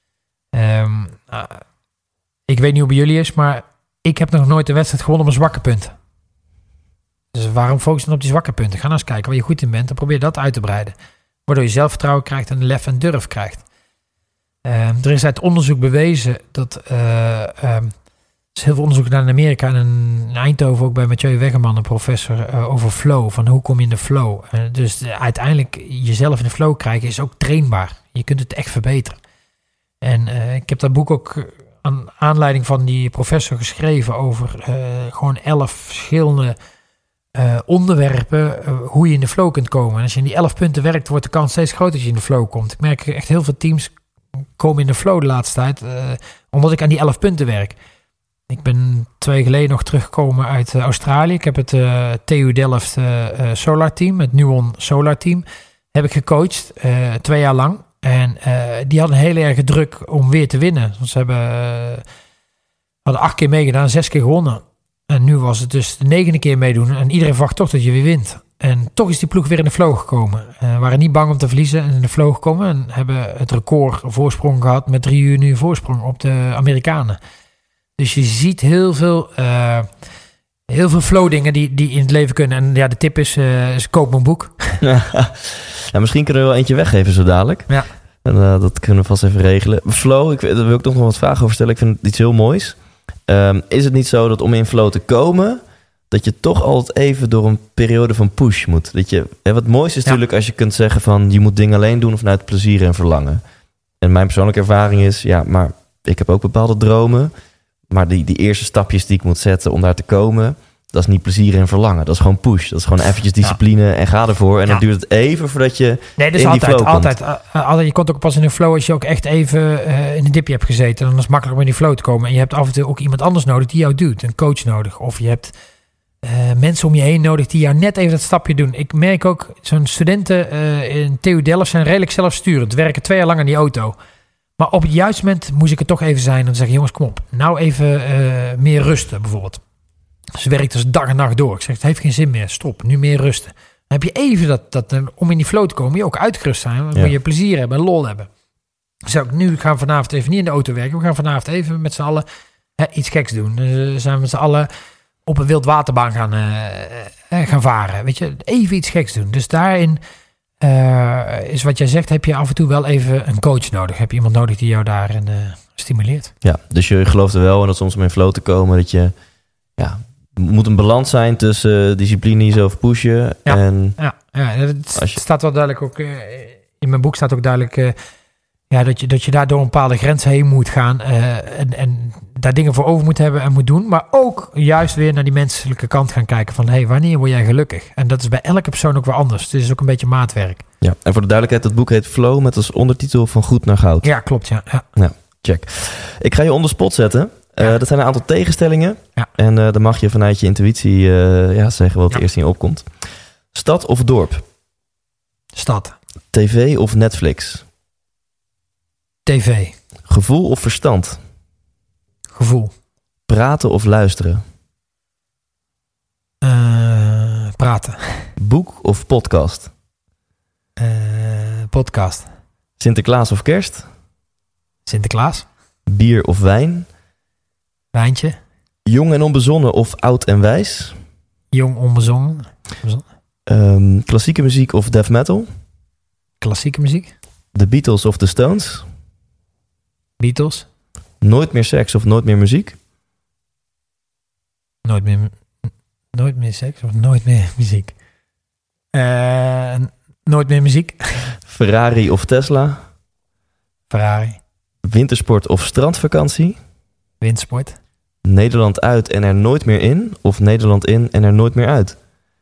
Ik weet niet hoe bij jullie is, maar ik heb nog nooit een wedstrijd gewonnen op een zwakke punt. Dus waarom focussen op die zwakke punten? Ga nou eens kijken waar je goed in bent en probeer dat uit te breiden. Waardoor je zelfvertrouwen krijgt en lef en durf krijgt. Er is uit onderzoek bewezen dat er is heel veel onderzoek gedaan in Amerika en in Eindhoven ook bij Mathieu Weggeman, een professor, over flow. Van hoe kom je in de flow? Dus uiteindelijk jezelf in de flow krijgen is ook trainbaar. Je kunt het echt verbeteren. En ik heb dat boek ook aan aanleiding van die professor geschreven over gewoon 11 verschillende onderwerpen hoe je in de flow kunt komen. En als je in die 11 punten werkt, wordt de kans steeds groter dat je in de flow komt. Ik merk echt heel veel teams komen in de flow de laatste tijd, omdat ik aan die 11 punten werk. Ik ben 2 weken geleden nog teruggekomen uit Australië. Ik heb het TU Delft Solar Team, het Nuon Solar Team, heb ik gecoacht 2 jaar lang. En die hadden een hele erge druk om weer te winnen. Want ze hadden 8 keer meegedaan, 6 keer gewonnen. En nu was het dus de 9e keer meedoen. En iedereen verwacht toch dat je weer wint. En toch is die ploeg weer in de flow gekomen. Waren niet bang om te verliezen en in de flow gekomen. En hebben het record voorsprong gehad met 3 uur nu voorsprong op de Amerikanen. Dus je ziet heel veel flow dingen die in het leven kunnen. En ja, de tip is koop mijn boek. Ja, misschien kunnen we wel eentje weggeven zo dadelijk. Ja. En, dat kunnen we vast even regelen. Flow, daar wil ik toch nog wat vragen over stellen. Ik vind het iets heel moois. Is het niet zo dat om in flow te komen, dat je toch altijd even door een periode van push moet? Wat mooiste is natuurlijk als je kunt zeggen van je moet dingen alleen doen vanuit plezier en verlangen. En mijn persoonlijke ervaring is, ja, maar ik heb ook bepaalde dromen. Maar die eerste stapjes die ik moet zetten om daar te komen, dat is niet plezier en verlangen. Dat is gewoon push. Dat is gewoon eventjes discipline en ga ervoor. En dan duurt het even voordat je in die flow komt. Altijd. Je komt ook pas in een flow als je ook echt even in een dipje hebt gezeten. Dan is het makkelijk om in die flow te komen. En je hebt af en toe ook iemand anders nodig die jou doet. Een coach nodig. Of je hebt mensen om je heen nodig die jou net even dat stapje doen. Ik merk ook, zo'n studenten in TU Delft zijn redelijk zelfsturend. Werken 2 jaar lang aan die auto. Maar op het juiste moment moest ik er toch even zijn en zeggen, jongens, kom op. Nou even meer rusten bijvoorbeeld. Ze werkt dus dag en nacht door. Ik zeg, het heeft geen zin meer. Stop, nu meer rusten. Dan heb je even dat om in die flow te komen, je ook uitgerust zijn. Dan moet je plezier hebben en lol hebben. Dus ook nu gaan we vanavond even niet in de auto werken. We gaan vanavond even met z'n allen iets geks doen. Dan zijn we met z'n allen op een wildwaterbaan gaan varen. Weet je, even iets geks doen. Dus daarin is wat jij zegt, heb je af en toe wel even een coach nodig. Heb je iemand nodig die jou daarin stimuleert. Ja, dus je gelooft er wel en dat soms om in flow te komen, dat je moet een balans zijn tussen discipline, jezelf pushen. Staat wel duidelijk ook in mijn boek staat ook duidelijk dat je daar door een bepaalde grens heen moet gaan en daar dingen voor over moet hebben en moet doen, maar ook juist weer naar die menselijke kant gaan kijken van wanneer word jij gelukkig? En dat is bij elke persoon ook weer anders. Het is ook een beetje maatwerk. Ja, en voor de duidelijkheid, het boek heet Flow met als ondertitel Van Goed naar Goud. Ja, klopt, ja. Ja, check. Ik ga je on the spot zetten. Dat zijn een aantal tegenstellingen. Ja. En dan mag je vanuit je intuïtie zeggen wat eerst in je opkomt. Stad of dorp? Stad. TV of Netflix? TV. Gevoel of verstand? Gevoel. Praten of luisteren? Praten. Boek of podcast? Podcast. Sinterklaas of kerst? Sinterklaas. Bier of wijn? Wijntje. Jong en onbezonnen of oud en wijs? Jong onbezonnen. Klassieke muziek of death metal? Klassieke muziek. The Beatles of The Stones? Beatles. Nooit meer seks of nooit meer muziek? Nooit meer seks of nooit meer muziek? Nooit meer muziek. Ferrari of Tesla? Ferrari. Wintersport of strandvakantie? Windsport. Nederland uit en er nooit meer in? Of Nederland in en er nooit meer uit?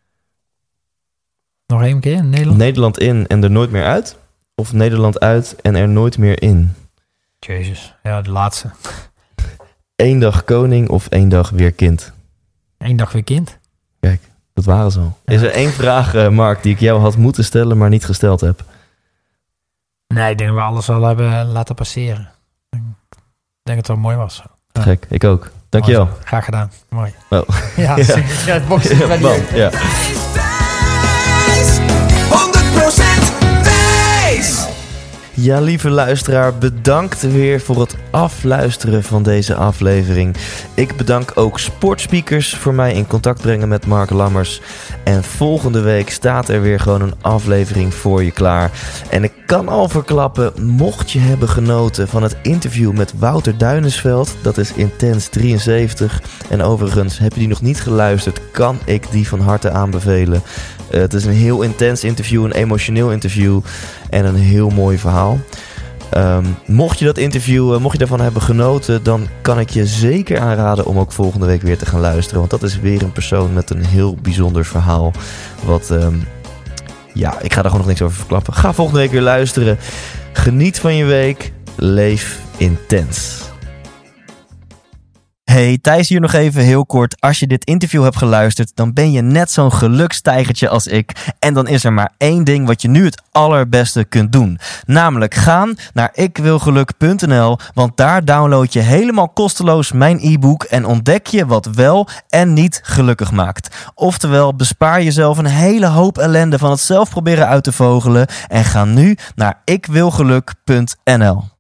Nog één keer in Nederland? Nederland in en er nooit meer uit? Of Nederland uit en er nooit meer in? Jezus, ja, de laatste. 1 dag koning of 1 dag weer kind? 1 dag weer kind. Kijk, dat waren ze al. Is er 1 vraag, Mark, die ik jou had moeten stellen, maar niet gesteld heb? Nee, ik denk dat we alles al hebben laten passeren. Ik denk dat het wel mooi was. Ja. Gek, ik ook. Dankjewel. Mooi, graag gedaan. Mooi. Oh. Ja, het boksen is Bam, ja. 100% wijs! Ja, lieve luisteraar, bedankt weer voor het afluisteren van deze aflevering. Ik bedank ook Sportspeakers voor mij in contact brengen met Mark Lammers. En volgende week staat er weer gewoon een aflevering voor je klaar. En ik kan al verklappen, mocht je hebben genoten van het interview met Wouter Duinesveld, dat is Intens 73. En overigens, heb je die nog niet geluisterd, kan ik die van harte aanbevelen. Het is een heel intens interview, een emotioneel interview en een heel mooi verhaal. Mocht je dat interview, mocht je daarvan hebben genoten, dan kan ik je zeker aanraden om ook volgende week weer te gaan luisteren. Want dat is weer een persoon met een heel bijzonder verhaal. Wat, ik ga daar gewoon nog niks over verklappen. Ga volgende week weer luisteren. Geniet van je week. Leef intens. Hey, Thijs hier nog even heel kort. Als je dit interview hebt geluisterd, dan ben je net zo'n gelukstijgertje als ik. En dan is er maar 1 ding wat je nu het allerbeste kunt doen. Namelijk gaan naar ikwilgeluk.nl, want daar download je helemaal kosteloos mijn e-book en ontdek je wat wel en niet gelukkig maakt. Oftewel, bespaar jezelf een hele hoop ellende van het zelf proberen uit te vogelen en ga nu naar ikwilgeluk.nl.